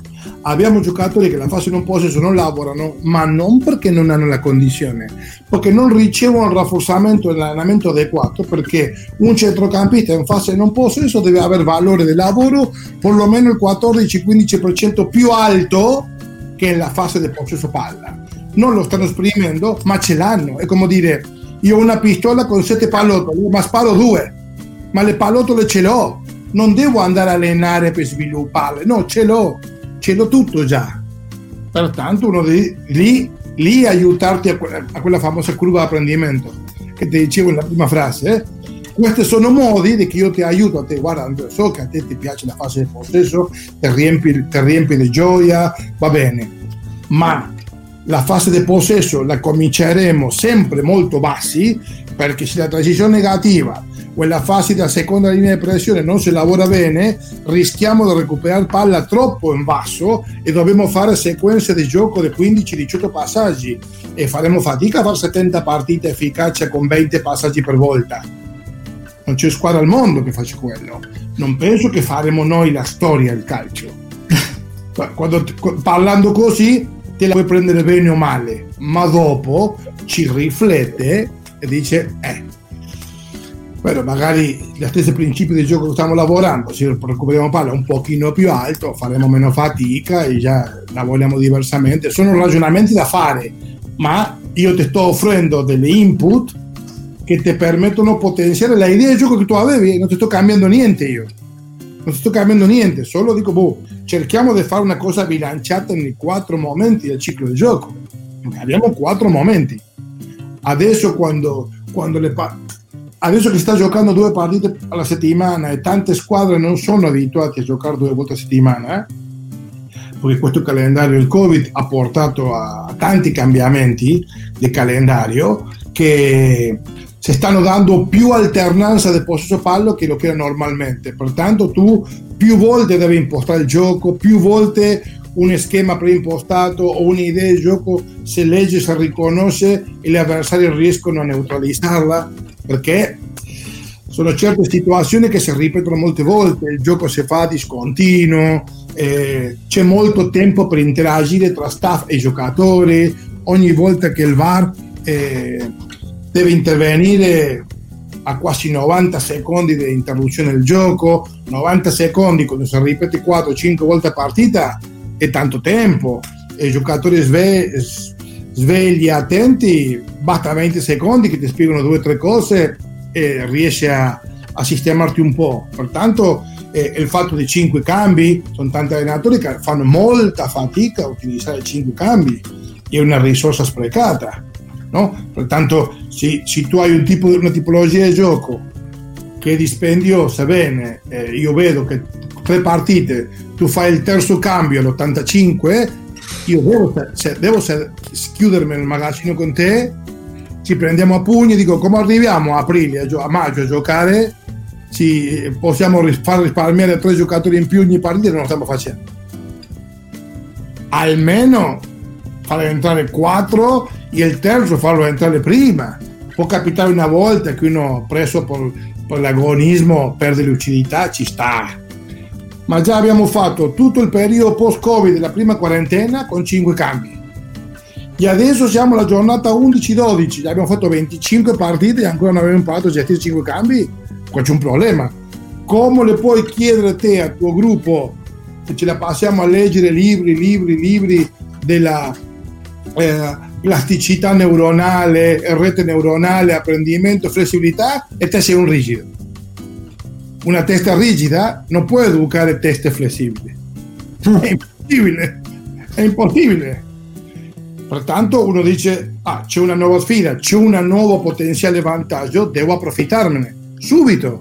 abbiamo giocatori che la fase non possesso non lavorano, ma non perché non hanno la condizione, perché non ricevono il rafforzamento e l'allenamento adeguato, perché un centrocampista in fase non possesso deve avere valore di lavoro per lo meno il quattordici quindici per cento più alto che nella fase del possesso palla. Non lo stanno esprimendo, ma ce l'hanno. È come dire, io ho una pistola con sette pallottole, ma sparo due, ma le pallottole ce l'ho, non devo andare a allenare per svilupparle, no, ce l'ho, ce l'ho tutto già. Pertanto uno deve lì, lì aiutarti a, que- a quella famosa curva di apprendimento che ti dicevo nella prima frase, eh? Questi sono modi di che io ti aiuto a te, guarda, so che a te ti piace la fase del possesso, ti riempi, ti riempi di gioia, va bene, ma la fase del possesso la cominceremo sempre molto bassi, perché se la transizione negativa o la fase della seconda linea di pressione non si lavora bene, rischiamo di recuperare palla troppo in basso e dobbiamo fare sequenze di gioco di quindici diciotto passaggi e faremo fatica a fare settanta partite efficaci con venti passaggi per volta. Non c'è squadra al mondo che faccia quello. Non penso che faremo noi la storia del calcio. Quando, parlando così te la puoi prendere bene o male, ma dopo ci riflette e dice eh però magari gli stessi principi di gioco che stiamo lavorando, se recuperiamo palla un pochino più alto faremo meno fatica e già lavoriamo diversamente. Sono ragionamenti da fare, ma io ti sto offrendo delle input che ti permettono di potenziare la idea di gioco che tu avevi e non ti sto cambiando niente io. Non ti sto cambiando niente, solo dico, boh, cerchiamo di fare una cosa bilanciata nei quattro momenti del ciclo di gioco. Abbiamo quattro momenti. Adesso quando, quando le pa- adesso che si sta giocando due partite alla settimana e tante squadre non sono abituate a giocare due volte a settimana, eh? Perché questo calendario del Covid ha portato a tanti cambiamenti di calendario che si stanno dando più alternanza del possesso pallo che lo che era normalmente, pertanto tu più volte devi impostare il gioco, più volte un schema preimpostato o un'idea di gioco si legge, si riconosce e gli avversari riescono a neutralizzarla, perché sono certe situazioni che si ripetono molte volte, il gioco si fa discontinuo, eh, c'è molto tempo per interagire tra staff e giocatori, ogni volta che il V A R eh, deve intervenire a quasi novanta secondi di interruzione del gioco, novanta secondi quando si ripete quattro cinque volte a partita è tanto tempo, e i giocatori sve- svegli, attenti, basta venti secondi che ti spiegano due o tre cose e riesci a, a sistemarti un po'. Pertanto eh, il fatto di cinque cambi, sono tanti allenatori che fanno molta fatica a utilizzare cinque cambi, è una risorsa sprecata, no? Pertanto se, se tu hai un tipo, una tipologia di gioco che è dispendiosa, bene, eh, io vedo che tre partite tu fai il terzo cambio all'ottantacinque, io devo, se, devo se, chiudermi nel magazzino con te, ci prendiamo a pugni e dico come arriviamo a aprile, a, gio- a maggio a giocare, ci possiamo ris- far risparmiare tre giocatori in più ogni partita, non lo stiamo facendo. Almeno fare entrare quattro e il terzo farlo entrare prima. Può capitare una volta che uno preso per, per l'agonismo perde lucidità, ci sta, ma già abbiamo fatto tutto il periodo post-Covid della prima quarantena con cinque cambi e adesso siamo alla giornata undici dodici, abbiamo fatto venticinque partite e ancora non abbiamo imparato a gestire cinque cambi. Qua c'è un problema. Come le puoi chiedere te al tuo gruppo, se ce la passiamo a leggere libri, libri, libri della eh, plasticità neuronale, rete neuronale, apprendimento, flessibilità, e te sei un rigido? Una testa rigida non può educare teste flessibili. È impossibile, è impossibile. Pertanto uno dice, ah, c'è una nuova sfida, c'è un nuovo potenziale vantaggio, devo approfittarmene subito.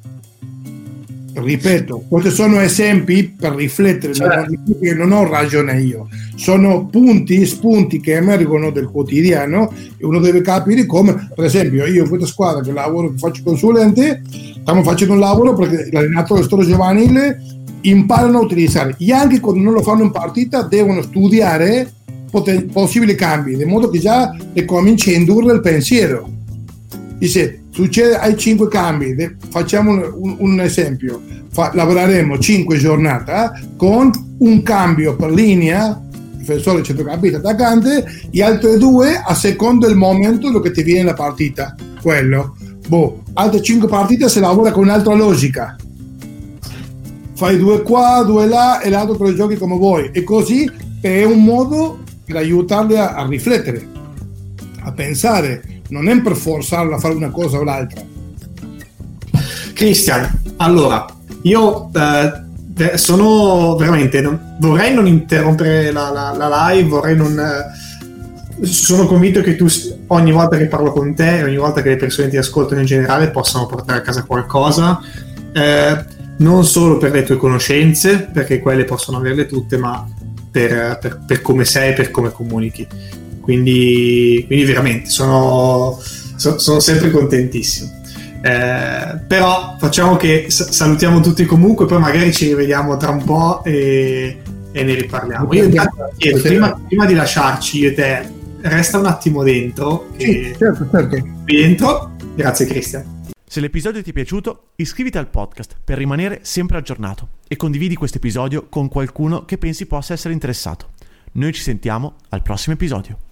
Ripeto, questi sono esempi per riflettere, certo. Non, non ho ragione io, sono punti, spunti che emergono del quotidiano e uno deve capire come, per esempio io in questa squadra che lavoro, che faccio consulente, stiamo facendo un lavoro perché l'allenatore storo giovanile imparano a utilizzare, e anche quando non lo fanno in partita devono studiare poten- possibili cambi, di modo che già le cominci a indurre il pensiero. Dice, succede ai cinque cambi, de- facciamo un, un, un esempio, Fa- lavoreremo cinque giornate con un cambio per linea, difensore, centrocampista, attaccante, gli altri due a secondo del momento che ti viene la partita. Quello. Boh, altre cinque partite si lavora con un'altra logica. Fai due qua, due là e l'altro te lo giochi come vuoi. E così è un modo per aiutarli a, a riflettere, a pensare. Non è per forzarlo a fare una cosa o l'altra. Cristian, allora, io eh, sono veramente... Non, vorrei non interrompere la, la, la live, vorrei non... Eh, sono convinto che tu ogni volta che parlo con te, ogni volta che le persone ti ascoltano in generale, possano portare a casa qualcosa, eh, non solo per le tue conoscenze, perché quelle possono averle tutte, ma per, per, per come sei, per come comunichi. Quindi, quindi veramente sono, so, sono sempre contentissimo. Eh, però facciamo che s- salutiamo tutti comunque, poi magari ci rivediamo tra un po' e, e ne riparliamo. Io intanto chiedo, prima, prima di lasciarci io e te, resta un attimo dentro. Sì, certo, certo. Qui dentro. Grazie Cristian. Se l'episodio ti è piaciuto, iscriviti al podcast per rimanere sempre aggiornato e condividi questo episodio con qualcuno che pensi possa essere interessato. Noi ci sentiamo al prossimo episodio.